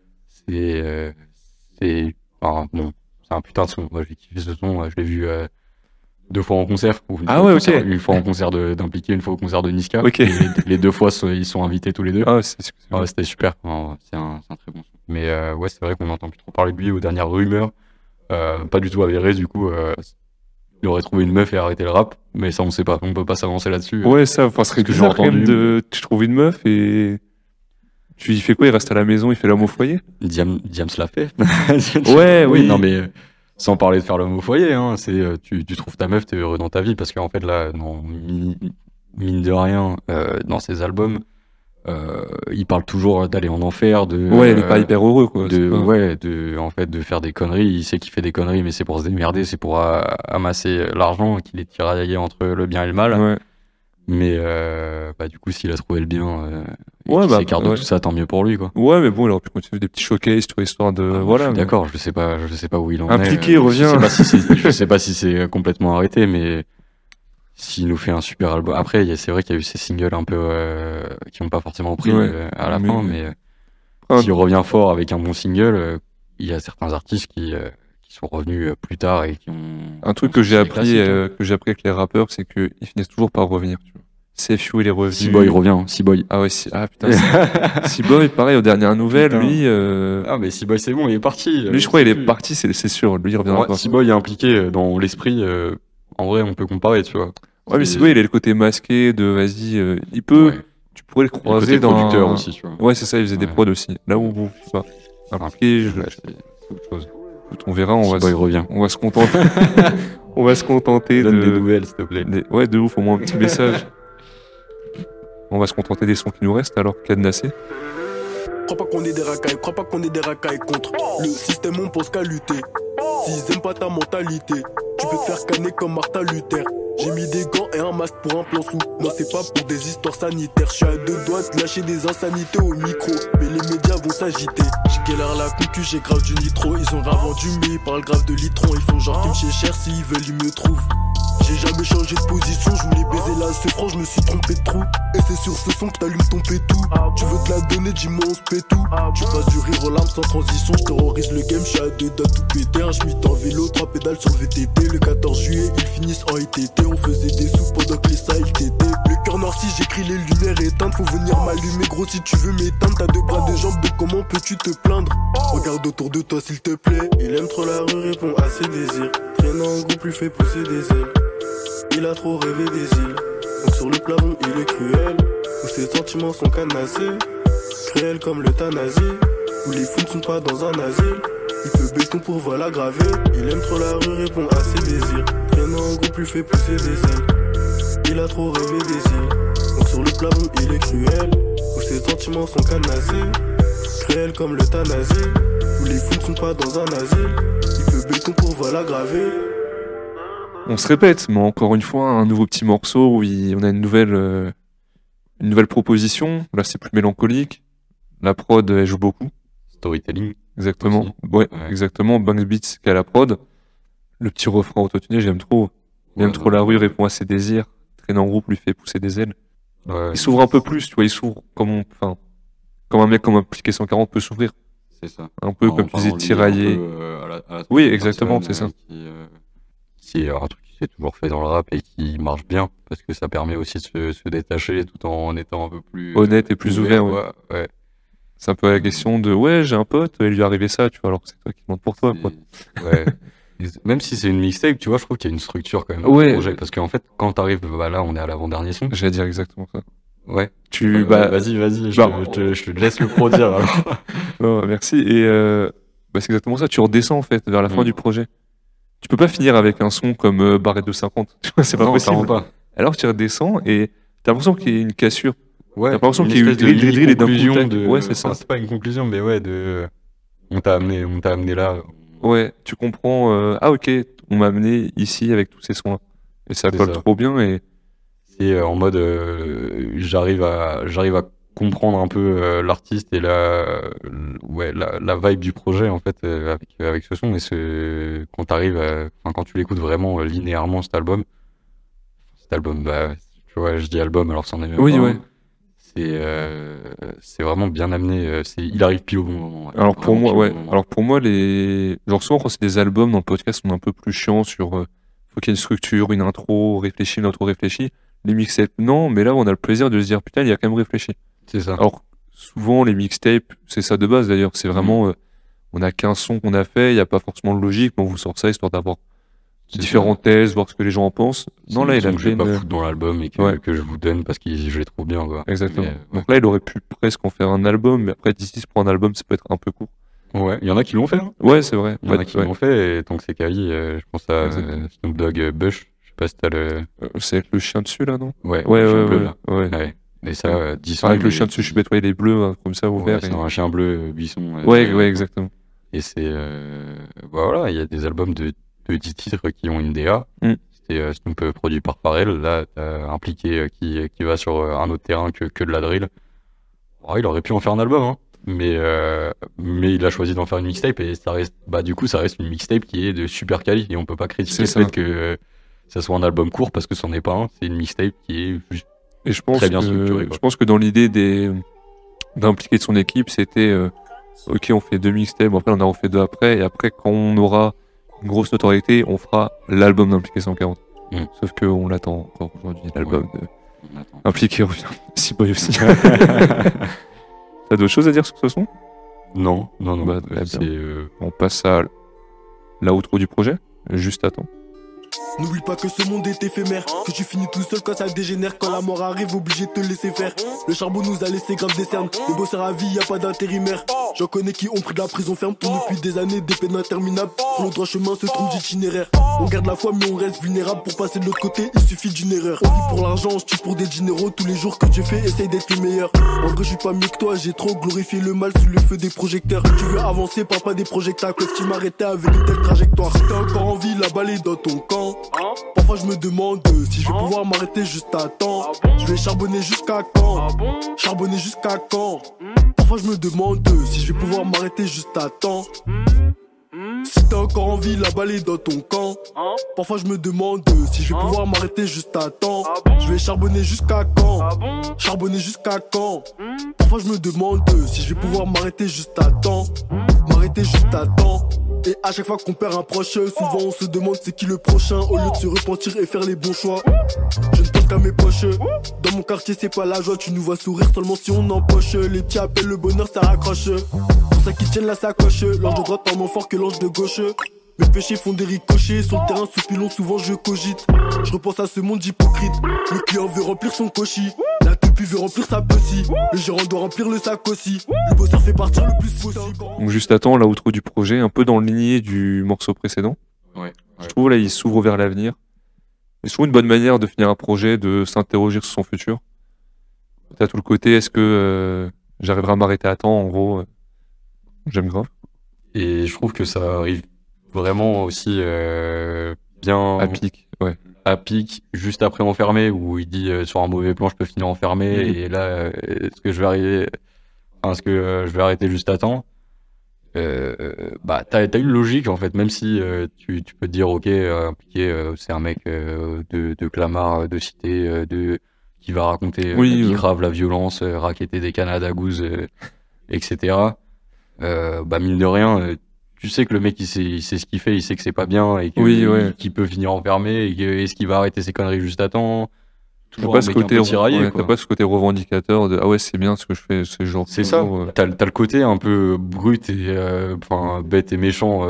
Bon, c'est un putain de son. Moi, j'ai kiffé ce son. Je l'ai vu 2 fois en concert.
Ah ouais, ok.
Une fois en concert d'impliqué, une fois au concert de Niska.
Ok.
Et les 2 fois, ils sont invités tous les deux.
Ah, c'est
Ouais, c'était super. C'est un très bon son. Mais ouais, c'est vrai qu'on n'entend plus trop parler de lui aux dernières rumeurs. Pas du tout avéré, du coup. Il aurait trouvé une meuf et arrêté le rap, mais ça on sait pas, on peut pas s'avancer là-dessus.
Ouais, ça, enfin, ce serait
que j'ai
bizarre quand même
entendu.
tu trouves une meuf et il fait quoi? Il reste à la maison, il fait l'homme au foyer?
Diams l'a fait.
Ouais, oui.
Non mais sans parler de faire l'homme au foyer, hein, c'est tu trouves ta meuf, t'es heureux dans ta vie, parce qu'en fait là, mine de rien, dans ses albums, il parle toujours d'aller en enfer,
Ouais, il est pas hyper heureux, quoi.
En fait, de faire des conneries. Il sait qu'il fait des conneries, mais c'est pour se démerder, c'est pour amasser l'argent, qu'il est tiraillé entre le bien et le mal.
Ouais.
Mais du coup, s'il a trouvé le bien et
Ouais,
qu'il
bah,
s'écarte de
ouais.
tout ça, tant mieux pour lui, quoi.
Ouais, mais bon, il aurait pu continuer des petits showcases, tu vois, histoire de.
Je
Voilà.
suis
mais-
d'accord, je sais pas où il en
Impliqué,
est.
revient.
Je sais pas si c'est complètement arrêté, mais s'il nous fait un super album. Après, c'est vrai qu'il y a eu ces singles un peu qui n'ont pas forcément pris
Ouais,
à la
mais-
fin, mais
Ah,
s'il revient fort avec un bon single, il y a certains artistes qui sont revenus plus tard et qui ont.
Un truc
ont
que j'ai
sorti des
appris,
classiques, hein.
avec les rappeurs, c'est qu'ils finissent toujours par revenir. Tu vois. CFU, il est revenu.
C-Boy revient, C-Boy.
Ah ouais, putain. C-Boy, pareil, aux dernières nouvelles,
Putain.
lui.
Ah, mais C-Boy, c'est bon, il est parti.
Lui, je crois, il est parti, c'est sûr. Lui, il reviendra pas.
C-Boy est impliqué dans l'esprit. En vrai, on peut comparer, tu vois.
Ouais, mais C-Boy, il a le côté masqué de vas-y, il peut.
Ouais.
Tu pourrais le
Et le
croiser
côté
dans.
producteur aussi, tu vois.
Ouais, c'est ça, il faisait des
Ouais.
prods aussi. Là où, bon, je sais pas. Impliqué,
Ouais,
c'est autre chose. Écoute, on verra, on
C-Boy revient.
va se contenter. On va se contenter
Donne
de.
des nouvelles, s'il te plaît.
Ouais, de ouf, au moins un petit message. On va se contenter des sons qui nous restent alors, cadenassés.
Crois pas qu'on est des racailles contre le système, on pense qu'à lutter. S'ils aiment pas ta mentalité, tu peux te faire canner comme Martin Luther. J'ai mis des gants et un masque pour un plan sous. Non, c'est pas pour des histoires sanitaires. Je suis à 2 doigts de lâcher des insanités au micro, mais les médias vont s'agiter. J'ai galère la concu, j'ai grave du nitro. Ils ont grave vendu, mais ils parlent grave de litron. Ils font genre qu'ils me chient cher, s'ils veulent, ils me trouvent. J'ai jamais changé de position, je voulais baiser la ce franc, je me suis trompé de trou. Et c'est sur ce son que t'allumes ton pétou. Tu veux te la donner, dis-moi on se pète tout. Tu passes du rire aux larmes sans transition, je terrorise le game, je suis à 2 doigts tout péter. Un schmitt en vélo, 3 pédales sur le VTT. Le 14 juillet, ils finissent en ITT. On faisait des sous pendant que les sailles t'étaient. Le cœur noirci, j'écris les lumières éteintes. Faut venir m'allumer, gros, si tu veux m'éteindre. T'as 2 bras, 2 jambes, donc comment peux-tu te plaindre? Regarde autour de toi s'il te plaît. Il aime trop la rue, répond à ses désirs. Traînant en groupe, lui fait pousser des ailes. Il a trop rêvé des îles. Donc sur le plafond il est cruel, où ses sentiments sont canassés. Cruel comme l'euthanasie, où les fous ne sont pas dans un asile. Il peut béton pour vol aggravé. Il aime trop la rue, répond à ses désirs. Traînant en groupe lui fait pousser des ailes. Il a trop rêvé des îles. Donc sur le plafond il est cruel, où ses sentiments sont canassés. Cruel comme l'euthanasie, où les fous ne sont pas dans un asile. Il peut béton pour vol aggravé.
On se répète, mais encore une fois, un nouveau petit morceau où on a une nouvelle proposition. Là, c'est plus mélancolique. La prod, elle joue beaucoup.
Storytelling.
Exactement.
Aussi.
Ouais,
Ouais.
exactement. Banks Beats qui a la prod. Le petit refrain autotuné, j'aime trop. Il aime trop la rue, répond à ses désirs. Traîne en groupe, lui fait pousser des ailes.
Ouais,
Il s'ouvre un peu plus, tu vois. Il s'ouvre comme un mec comme un Piqué 140 peut s'ouvrir.
c'est ça.
Un peu comme tu disais, tiraillé. Oui, exactement, c'est ça.
Qui est un truc qui s'est toujours fait dans le rap et qui marche bien parce que ça permet aussi de se détacher tout en étant un peu plus
Honnête et plus ouvert, ouais.
ouais.
C'est un peu la question de ouais, j'ai un pote, il lui est arrivé ça, tu vois, alors que c'est toi qui demande pour toi, quoi.
Ouais. Même si c'est une mixtape, tu vois, je trouve qu'il y a une structure quand même
Ouais.
au projet parce qu'en fait, quand t'arrives, là, on est à l'avant-dernier son.
J'allais dire exactement ça.
Ouais.
Vas-y,
vas-y,
bah,
je te laisse le pro dire alors.
non, merci. Et c'est exactement ça, tu redescends en fait vers la fin
Mm.
du projet. Tu peux pas finir avec un son comme Barrette de 50, tu vois, c'est pas
Non,
possible.
clairement pas.
Alors tu redescends et t'as l'impression qu'il y a une cassure.
Ouais,
T'as pas l'impression
une
qu'il y a eu
espèce de
drill et d'un coup,
conclusion
tac.
de.
Ouais, c'est ça.
Enfin, c'est pas une conclusion, mais ouais, on t'a amené là.
Ouais, tu comprends, ah ok, on m'a amené ici avec tous ces sons-là. Et ça
C'est
colle
ça.
trop bien et
C'est en mode, j'arrive à comprendre un peu l'artiste et la vibe du projet en fait avec ce son et quand quand tu l'écoutes vraiment linéairement cet album, tu vois, je dis album alors c'en est même
oui,
pas,
ouais.
hein. C'est vraiment bien amené. Il arrive pile au bon moment. Ouais.
Alors pour
Vraiment
moi,
pile au
ouais.
bon moment.
Alors pour moi, genre souvent quand c'est des albums dans le podcast, on est un peu plus chiant sur faut qu'il y ait une structure, une intro réfléchie, une outro réfléchie. Les mixtapes, non, mais là on a le plaisir de se dire putain, il y a quand même réfléchi.
C'est ça.
Alors souvent les mixtapes, c'est ça de base d'ailleurs, c'est vraiment on a 15 sons qu'on a fait, il n'y a pas forcément de logique, mais on vous sort ça histoire d'avoir
C'est
différentes thèses, voir ce que les gens en pensent. Non, là il a
que je vais
fait
pas
une...
foutre dans l'album et
Ouais.
que je vous donne parce que je les trouve bien quoi.
Exactement.
Mais,
Donc là il aurait pu presque en faire un album, mais après d'ici pour un album ça peut être un peu court.
ouais, il y en a qui l'ont fait. Hein.
Ouais, c'est vrai.
Il y en a qui l'ont fait, et tant que c'est Kali, je pense à
Exactement.
Snoop Dogg Bush. Je sais pas si t'as le.
C'est avec le chien dessus là, non?
Ouais,
Ouais,
le chien
ouais,
bleu,
ouais,
là.
ouais.
Ouais. Et ça, 10 sons.
Avec le
mais-
chien dessus, je suis bête, ouais, il est bleu, hein, comme ça,
Ouais,
ouvert.
c'est un chien bleu buisson.
Ouais, ouais, exactement.
Et c'est. Voilà, il y a des albums de 10 titres qui ont une DA.
Mm.
c'était Snoop produit par Pharrell. Là, t'as Impliqué qui va sur un autre terrain que de la drill. Oh, il aurait pu en faire un album, hein. Mais il a choisi d'en faire une mixtape et ça reste, du coup, ça reste une mixtape qui est de super quali et on peut pas critiquer le fait que ça soit un album court parce que c'en est pas un. C'est une mixtape qui est juste très bien structurée.
Je pense que dans l'idée d'impliquer de son équipe, c'était ok, on fait 2 mixtapes, après on en a refait 2 après, et après quand on aura une grosse notoriété, on fera l'album d'Impliqué 140. Sauf qu'on l'attend encore aujourd'hui, l'album d'Impliqué revient. Si boy aussi. T'as d'autres choses à dire sur ce son ?
Non.
On passe à l'outro du projet, juste à temps.
N'oublie pas que ce monde est éphémère, que tu finis tout seul quand ça dégénère. Quand la mort arrive, obligé de te laisser faire. Le charbon nous a laissé grave des cernes. Les bosseurs à vie, y a pas d'intérimaire. J'en connais qui ont pris de la prison ferme pour depuis des années, des peines interminables. Sur le droit chemin se trouve d'itinéraire. On garde la foi mais on reste vulnérable. Pour passer de l'autre côté, il suffit d'une erreur. On vit pour l'argent, on se tue pour des dinero. Tous les jours que Dieu fait, essaye d'être le meilleur. En vrai, je suis pas mieux que toi, j'ai trop glorifié le mal sous le feu des projecteurs. Tu veux avancer, parle pas des projectacles. Peuvent-ils m'arrêter avec une telle trajectoire? Si t'es encore en vie, la balle est dans ton camp. Parfois je me demande si je vais pouvoir m'arrêter juste à temps. Je vais charbonner jusqu'à quand? Charbonner jusqu'à quand? Parfois je me demande si je vais pouvoir m'arrêter juste à temps. Si t'es encore en vie, la balle est dans ton camp. Parfois je me demande si je vais pouvoir m'arrêter juste à temps. Je vais charbonner jusqu'à quand? Charbonner jusqu'à quand? Parfois je me demande si je vais pouvoir m'arrêter juste à temps. M'arrêter juste à temps. Et à chaque fois qu'on perd un proche, souvent on se demande c'est qui le prochain. Au lieu de se repentir et faire les bons choix, je ne pense qu'à mes poches. Dans mon quartier c'est pas la joie, tu nous vois sourire seulement si on empoche. Les petits appellent le bonheur, ça raccroche. Pour ça qu'ils tiennent la sacoche. L'ange de droite en moins fort que l'ange de gauche. Mes péchés font des ricochets. Sur le terrain sous pilon souvent je cogite. Je repense à ce monde hypocrite. Le client veut remplir son cochis. La toupie veut remplir sa possie. Le gérant doit remplir le sac aussi. Le bosseur fait partir le plus possible.
Donc juste à temps, l'outro du projet, un peu dans le lignée du morceau précédent.
Ouais.
Je trouve là il s'ouvre vers l'avenir. Et je trouve une bonne manière de finir un projet, de s'interroger sur son futur. T'as tout le côté, est-ce que j'arriverai à m'arrêter à temps, en gros. J'aime grave.
Et je trouve que ça arrive vraiment aussi bien à pic juste après enfermé, où il dit sur un mauvais plan je peux finir enfermé et là est-ce que je vais arrêter juste à temps. T'as une logique en fait, même si tu peux te dire ok, Impliqué c'est un mec de Clamart, de cité, qui va raconter qui grave la violence, racketter des canades à gouze, etc. Mine de rien, tu sais que le mec il sait ce qu'il fait, il sait que c'est pas bien et qu'il peut finir enfermé et est-ce qu'il va arrêter ses conneries juste à temps.
T'as pas ce côté tiraillé, t'as pas ce côté revendicateur de ah ouais c'est bien ce que je fais, c'est genre.
C'est ça. T'as le côté un peu brut et bête et méchant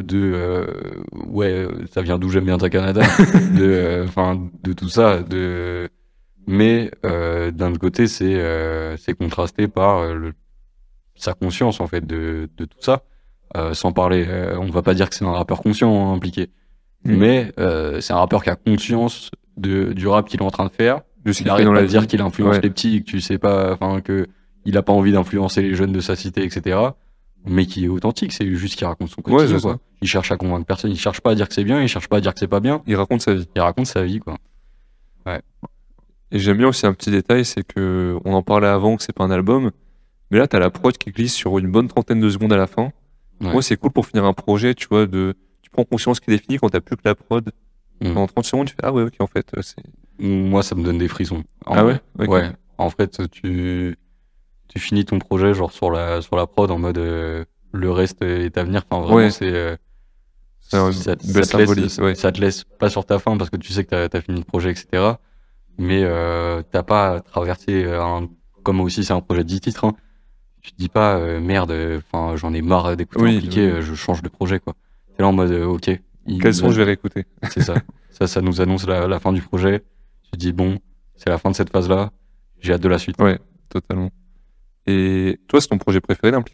ça vient d'où j'aime bien ta Canada, de tout ça, mais d'un autre côté c'est contrasté par sa conscience en fait de tout ça. Sans parler, on va pas dire que c'est un rappeur conscient Impliqué, mais c'est un rappeur qui a conscience du rap qu'il est en train de faire. Il arrête pas de dire qu'il influence les petits, que tu sais pas, que il a pas envie d'influencer les jeunes de sa cité, etc. Mais qui est authentique, c'est juste qu'il raconte son quotidien, quoi. Il cherche à convaincre personne, il cherche pas à dire que c'est bien, il cherche pas à dire que c'est pas bien.
Il raconte sa vie.
Quoi. Ouais.
Et j'aime bien aussi un petit détail, c'est que on en parlait avant que c'est pas un album, mais là t'as la prod qui glisse sur une bonne trentaine de secondes à la fin. Ouais. Moi c'est cool pour finir un projet, tu vois, tu prends conscience qu'il est fini quand t'as plus que la prod. En 30 secondes, tu fais ah ouais ok en fait c'est.
Moi ça me donne des frissons.
Ouais. Okay.
Ouais. En fait tu finis ton projet genre sur la prod en mode le reste est à venir. Enfin vraiment ça te laisse pas sur ta fin parce que tu sais que t'as fini le projet, etc. Mais t'as pas traversé comme aussi c'est un projet de 10 titres. Hein. Tu te dis pas merde, j'en ai marre d'écouter Impliqué, je change de projet quoi. T'es là en mode ok.
Quel son je vais réécouter.
C'est ça. ça nous annonce la fin du projet. Tu te dis bon, c'est la fin de cette phase là. J'ai hâte de la suite.
Ouais, totalement. Et toi, c'est ton projet préféré d'Impliqué ?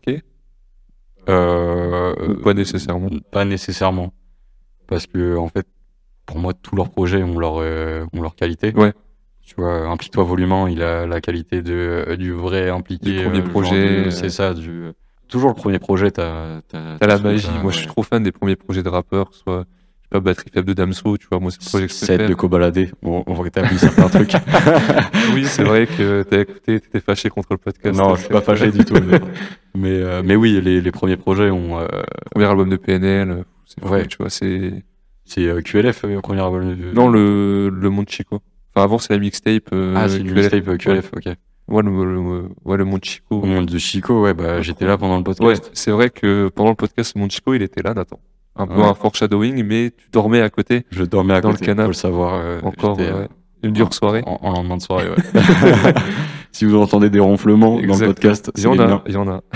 Pas nécessairement.
Pas nécessairement. Parce que, en fait, pour moi, tous leurs projets ont leur qualité.
Ouais.
Tu vois, Implique-toi Volume 1, il a la qualité du vrai Impliqué.
Du premier projet.
C'est ça, toujours le premier projet, t'as
la magie. Moi, je suis trop fan des premiers projets de rappeurs. Je sais pas, Batterie faible de Damso, tu vois, moi c'est le projet que je
Set
préfère.
de Kobalade, on rétablit certains trucs.
Oui, c'est vrai que t'as écouté, t'étais fâché contre le podcast.
Non, je suis pas fâché du tout. Mais oui, les premiers projets ont.
Premier album de PNL, c'est fou,
Ouais.
tu vois, c'est.
C'est QLF, le premier album.
Non, le Monde Chico. Enfin, avant, c'est la mixtape.
c'est une mixtape QLF, ok.
Ouais, le Monde Chico.
Au monde de Chico, ouais, bah j'étais là pendant le podcast.
Ouais, c'est vrai que pendant le podcast, le Monde Chico, il était là, Nathan. Un peu
Ouais.
un foreshadowing, mais tu dormais à côté.
Je dormais à
Dans
côté,
le canapé.
faut le savoir.
Encore,
j'étais,
ouais. Une dure soirée.
En lendemain de soirée, ouais. Si vous entendez des ronflements dans le
Exact.
podcast,
Il y
c'est
en
les
a,
miens.
il y en a.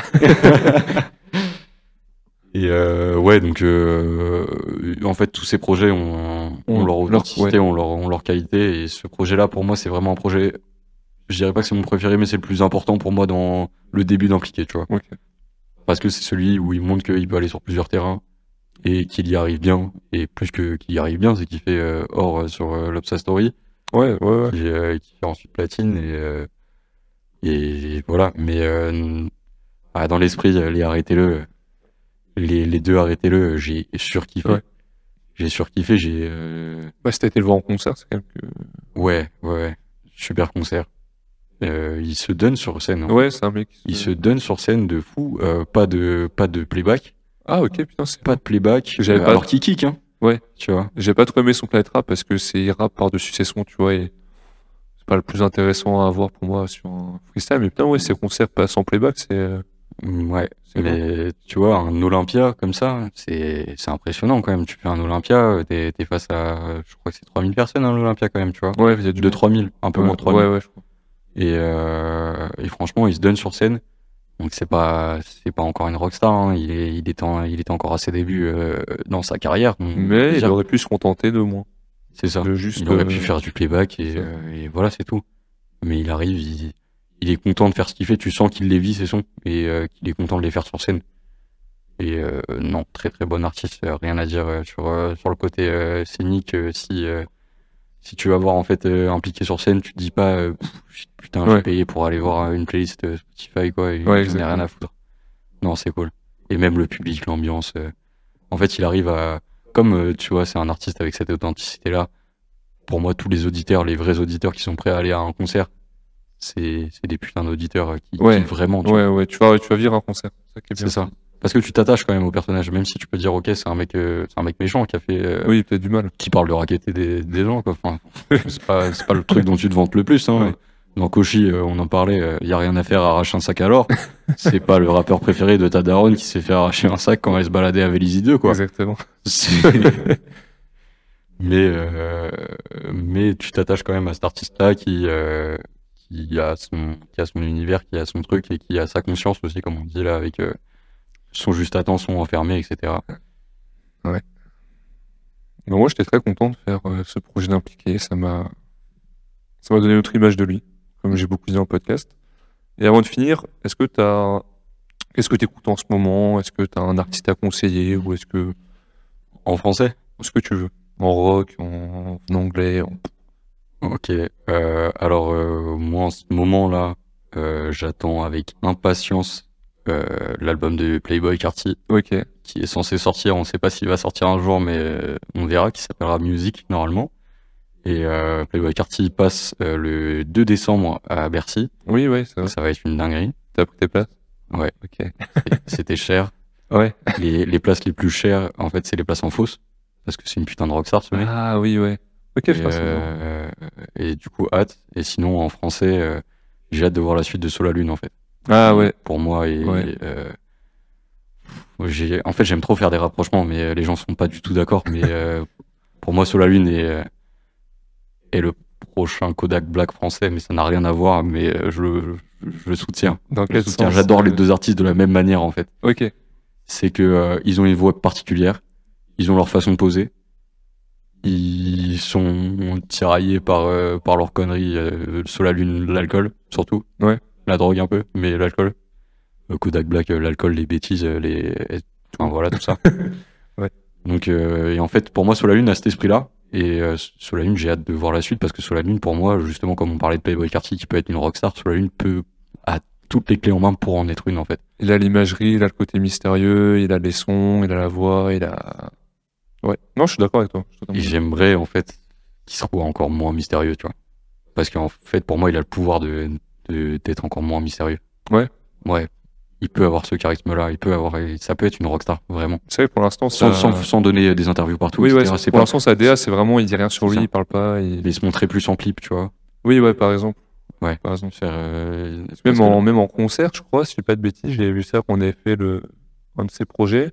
Et ouais, donc en fait, tous ces projets ont leur authenticité, ont leur qualité. Et ce projet-là, pour moi, c'est vraiment un projet. Je dirais pas que c'est mon préféré, mais c'est le plus important pour moi dans le début d'Impliqué, tu vois.
Ok.
Parce que c'est celui où il montre qu'il peut aller sur plusieurs terrains et qu'il y arrive bien. Et plus que qu'il y arrive bien, c'est qu'il fait or sur l'Obsa Story,
Ouais.
qui fait ensuite platine et voilà. Mais dans l'esprit, les arrêtez-le. Les deux arrêtez-le, j'ai surkiffé.
Ouais.
J'ai surkiffé,
Bah, si t'as été le voir en concert, c'est quand même que.
Ouais. Super concert. Il se donne sur scène. Hein.
Ouais, c'est un mec.
Il se donne sur scène de fou. Pas de playback.
Ah, ok, putain, c'est.
Pas de playback.
J'avais pas-
Alors qu'il kick, hein.
Ouais.
Tu vois.
J'ai pas trop aimé son planète rap parce que il rappe par-dessus ses sons, tu vois, et c'est pas le plus intéressant à avoir pour moi sur un freestyle. Mais putain, ouais, ses concerts pas sans playback, c'est.
Ouais.
C'est
Mais tu vois, un Olympia comme ça, c'est impressionnant quand même. Tu fais un Olympia, t'es face à, je crois que c'est 3000 personnes à l'Olympia quand même, tu vois.
Ouais, il y a du.
De 3000, un peu moins de 3000.
Ouais, je crois.
Et franchement, il se donne sur scène. Donc c'est pas encore une rockstar. Hein. Il était encore à ses débuts dans sa carrière. Donc,
Mais il
dire,
aurait pu se contenter de moins.
c'est ça.
de juste,
Il aurait pu faire du playback
c'est ça.
et voilà, c'est tout. Mais il arrive, il est content de faire ce qu'il fait. Tu sens qu'il les vit ses sons et qu'il est content de les faire sur scène. Et non, très très bon artiste. Rien à dire sur le côté scénique. Si tu vas voir en fait Impliqué sur scène, tu te dis pas putain j'ai
Ouais.
payé pour aller voir une playlist Spotify quoi et
Ouais,
j'en ai rien
exactement.
à foutre. Non, c'est cool. Et même le public, l'ambiance. En fait, il arrive à comme tu vois, c'est un artiste avec cette authenticité là. Pour moi, tous les auditeurs, les vrais auditeurs qui sont prêts à aller à un concert, c'est des putains d'auditeurs qui
Ouais.
vraiment tu vois.
Ouais, tu vas vivre un concert. C'est ça qui est bien.
C'est ça. Parce que tu t'attaches quand même au personnage, même si tu peux dire ok c'est un mec méchant qui a fait
Oui, peut-être du mal.
qui parle de racketter des gens quoi. Enfin, c'est pas le truc dont tu te vantes le plus hein.
Ouais.
Dans Koshi on en parlait, y a rien à faire, arracher un sac à l'or. C'est pas le rappeur préféré de ta daronne qui s'est fait arracher un sac quand elle se baladait à Vélizy 2 quoi.
Exactement.
C'est- mais tu t'attaches quand même à cet artiste là qui a son univers, qui a son truc et qui a sa conscience aussi comme on dit là avec son juste à temps, son enfermé, etc.
Mais moi, j'étais très content de faire ce projet d'impliqué. Ça m'a donné une autre image de lui, comme j'ai beaucoup dit dans le podcast. Et avant de finir, qu'est-ce que tu écoutes en ce moment? Est-ce que tu as un artiste à conseiller ou est-ce que
En français?
ce que tu veux? En rock, en anglais,
Ok. Alors, moi, en ce moment-là, j'attends avec impatience l'album de Playboi Carti,
Ok.
qui est censé sortir. On sait pas s'il va sortir un jour, mais on verra, qui s'appellera Music, normalement. Et Playboi Carti passe le 2 décembre à Bercy.
Oui, ça va.
Ça va être une dinguerie.
T'as pris tes places?
Ouais.
Ok.
C'était cher.
Ouais.
Les places les plus chères, en fait, c'est les places en fausse. Parce que c'est une putain de rockstar, ce mec.
Ah oui, ouais. Ok,
Et,
je pense.
et du coup, hâte. Et sinon, en français, j'ai hâte de voir la suite de Sola Lune, en fait.
Ah ouais.
Pour moi,
Ouais.
en fait, j'aime trop faire des rapprochements, mais les gens sont pas du tout d'accord. Mais pour moi, Sola Lune est le prochain Kodak Black français, mais ça n'a rien à voir. Mais je le soutiens.
Dans
Je
quel
le soutiens.
sens?
J'adore les deux artistes de la même manière, en fait.
Ok.
C'est que ils ont une voix particulière, ils ont leur façon de poser, ils sont tiraillés par leur connerie, sur la lune, l'alcool surtout,
Ouais.
la drogue un peu, mais l'alcool, Kodak Black, l'alcool, les bêtises, enfin voilà tout ça.
Ouais.
Donc et en fait pour moi sur la lune a cet esprit-là et sur la lune j'ai hâte de voir la suite parce que sur la lune pour moi justement comme on parlait de Playboi Carti qui peut être une rockstar, sur la lune a toutes les clés en main pour en être une en fait.
Il a l'imagerie, il a le côté mystérieux, il a les sons, il a la voix, il a Ouais. Non, je suis d'accord avec toi.
Et j'aimerais, en fait, qu'il soit encore moins mystérieux, tu vois. Parce qu'en fait, pour moi, il a le pouvoir d'être encore moins mystérieux.
Ouais.
Ouais. Il peut avoir ce charisme-là, ça peut être une rockstar, vraiment.
C'est vrai que pour l'instant,
sans donner des interviews partout,
oui,
etc.
Ouais, pour l'instant, sa DA, c'est vraiment, il dit rien sur lui, il parle pas.
Il se montrait plus en clip, tu vois.
Oui, ouais, par exemple.
Ouais.
Par exemple. Même en concert, je crois, si je dis pas de bêtises, j'ai vu ça qu'on avait fait un de ses projets.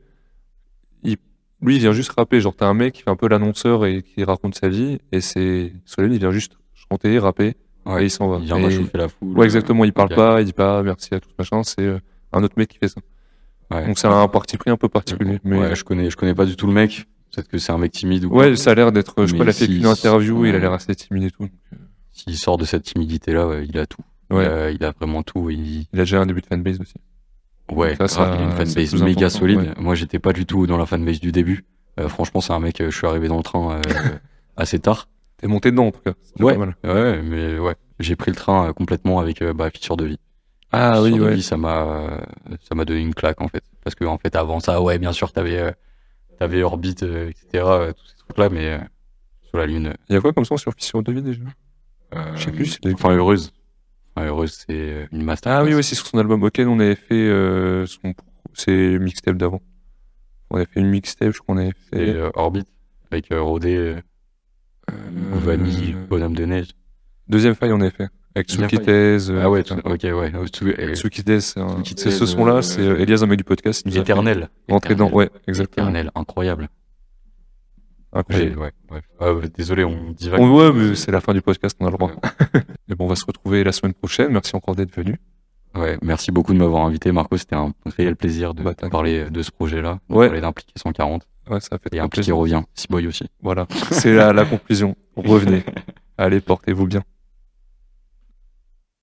Lui, il vient juste rapper. Genre, t'as un mec qui fait un peu l'annonceur et qui raconte sa vie, et Solène, il vient juste chanter, rapper, et il s'en va.
Il vient réchauffer la foule.
Ouais, exactement, il parle pas, il dit pas merci à tout machin, c'est un autre mec qui fait ça.
Ouais.
Donc c'est un parti pris un peu particulier. Mais...
Ouais, je connais pas du tout le mec. Peut-être que c'est un mec timide ou quoi.
Ouais, ça a l'air d'être. Je crois qu'il a fait une interview, il a l'air assez timide et tout.
S'il sort de cette timidité-là, il a tout.
Ouais.
Il a vraiment tout. Il
a déjà un début de fanbase aussi.
Ouais, il a une fanbase méga solide. Ouais. Moi, j'étais pas du tout dans la fanbase du début. Franchement, c'est un mec, je suis arrivé dans le train assez tard.
T'es monté dedans en tout cas.
Ouais,
pas mal.
Ouais, mais ouais. J'ai pris le train complètement avec Fissure de vie.
Ah oui, ouais.
Vie, ça m'a donné une claque en fait. Parce que en fait, avant ça, ouais, bien sûr, t'avais Orbit, etc. Tous ces trucs-là, mais sur la Lune.
Il y a quoi comme ça sur Fissure de vie déjà? Je sais plus.
Enfin, Heureuse. Heureuse, c'est une master.
Ah oui, c'est sur son album. Ok, on avait fait c'est mixtape d'avant. On avait fait une mixtape, je crois qu'on avait fait.
Et Orbit, avec Rodé, Vanille, Bonhomme de Neige.
Deuxième faille, on avait fait. Avec Tsukitez.
Ah ouais, ok, ouais.
Tsukitez, c'est ce son-là, c'est Elias, un mec du podcast.
Éternel.
Rentré dans, ouais, exactement.
Éternel, incroyable.
Incroyable.
Ouais. Désolé, on divague.
Ouais, mais c'est la fin du podcast, on a le droit. Mais bon, on va se retrouver la semaine prochaine. Merci encore d'être venu.
Ouais, merci beaucoup de m'avoir invité, Marco. C'était un réel plaisir de parler de ce projet-là, de parler d'Impliqué 140.
Ouais, ça fait
et Impliqué revient, Ciboy aussi.
Voilà, c'est la conclusion. Revenez. Allez, portez-vous bien.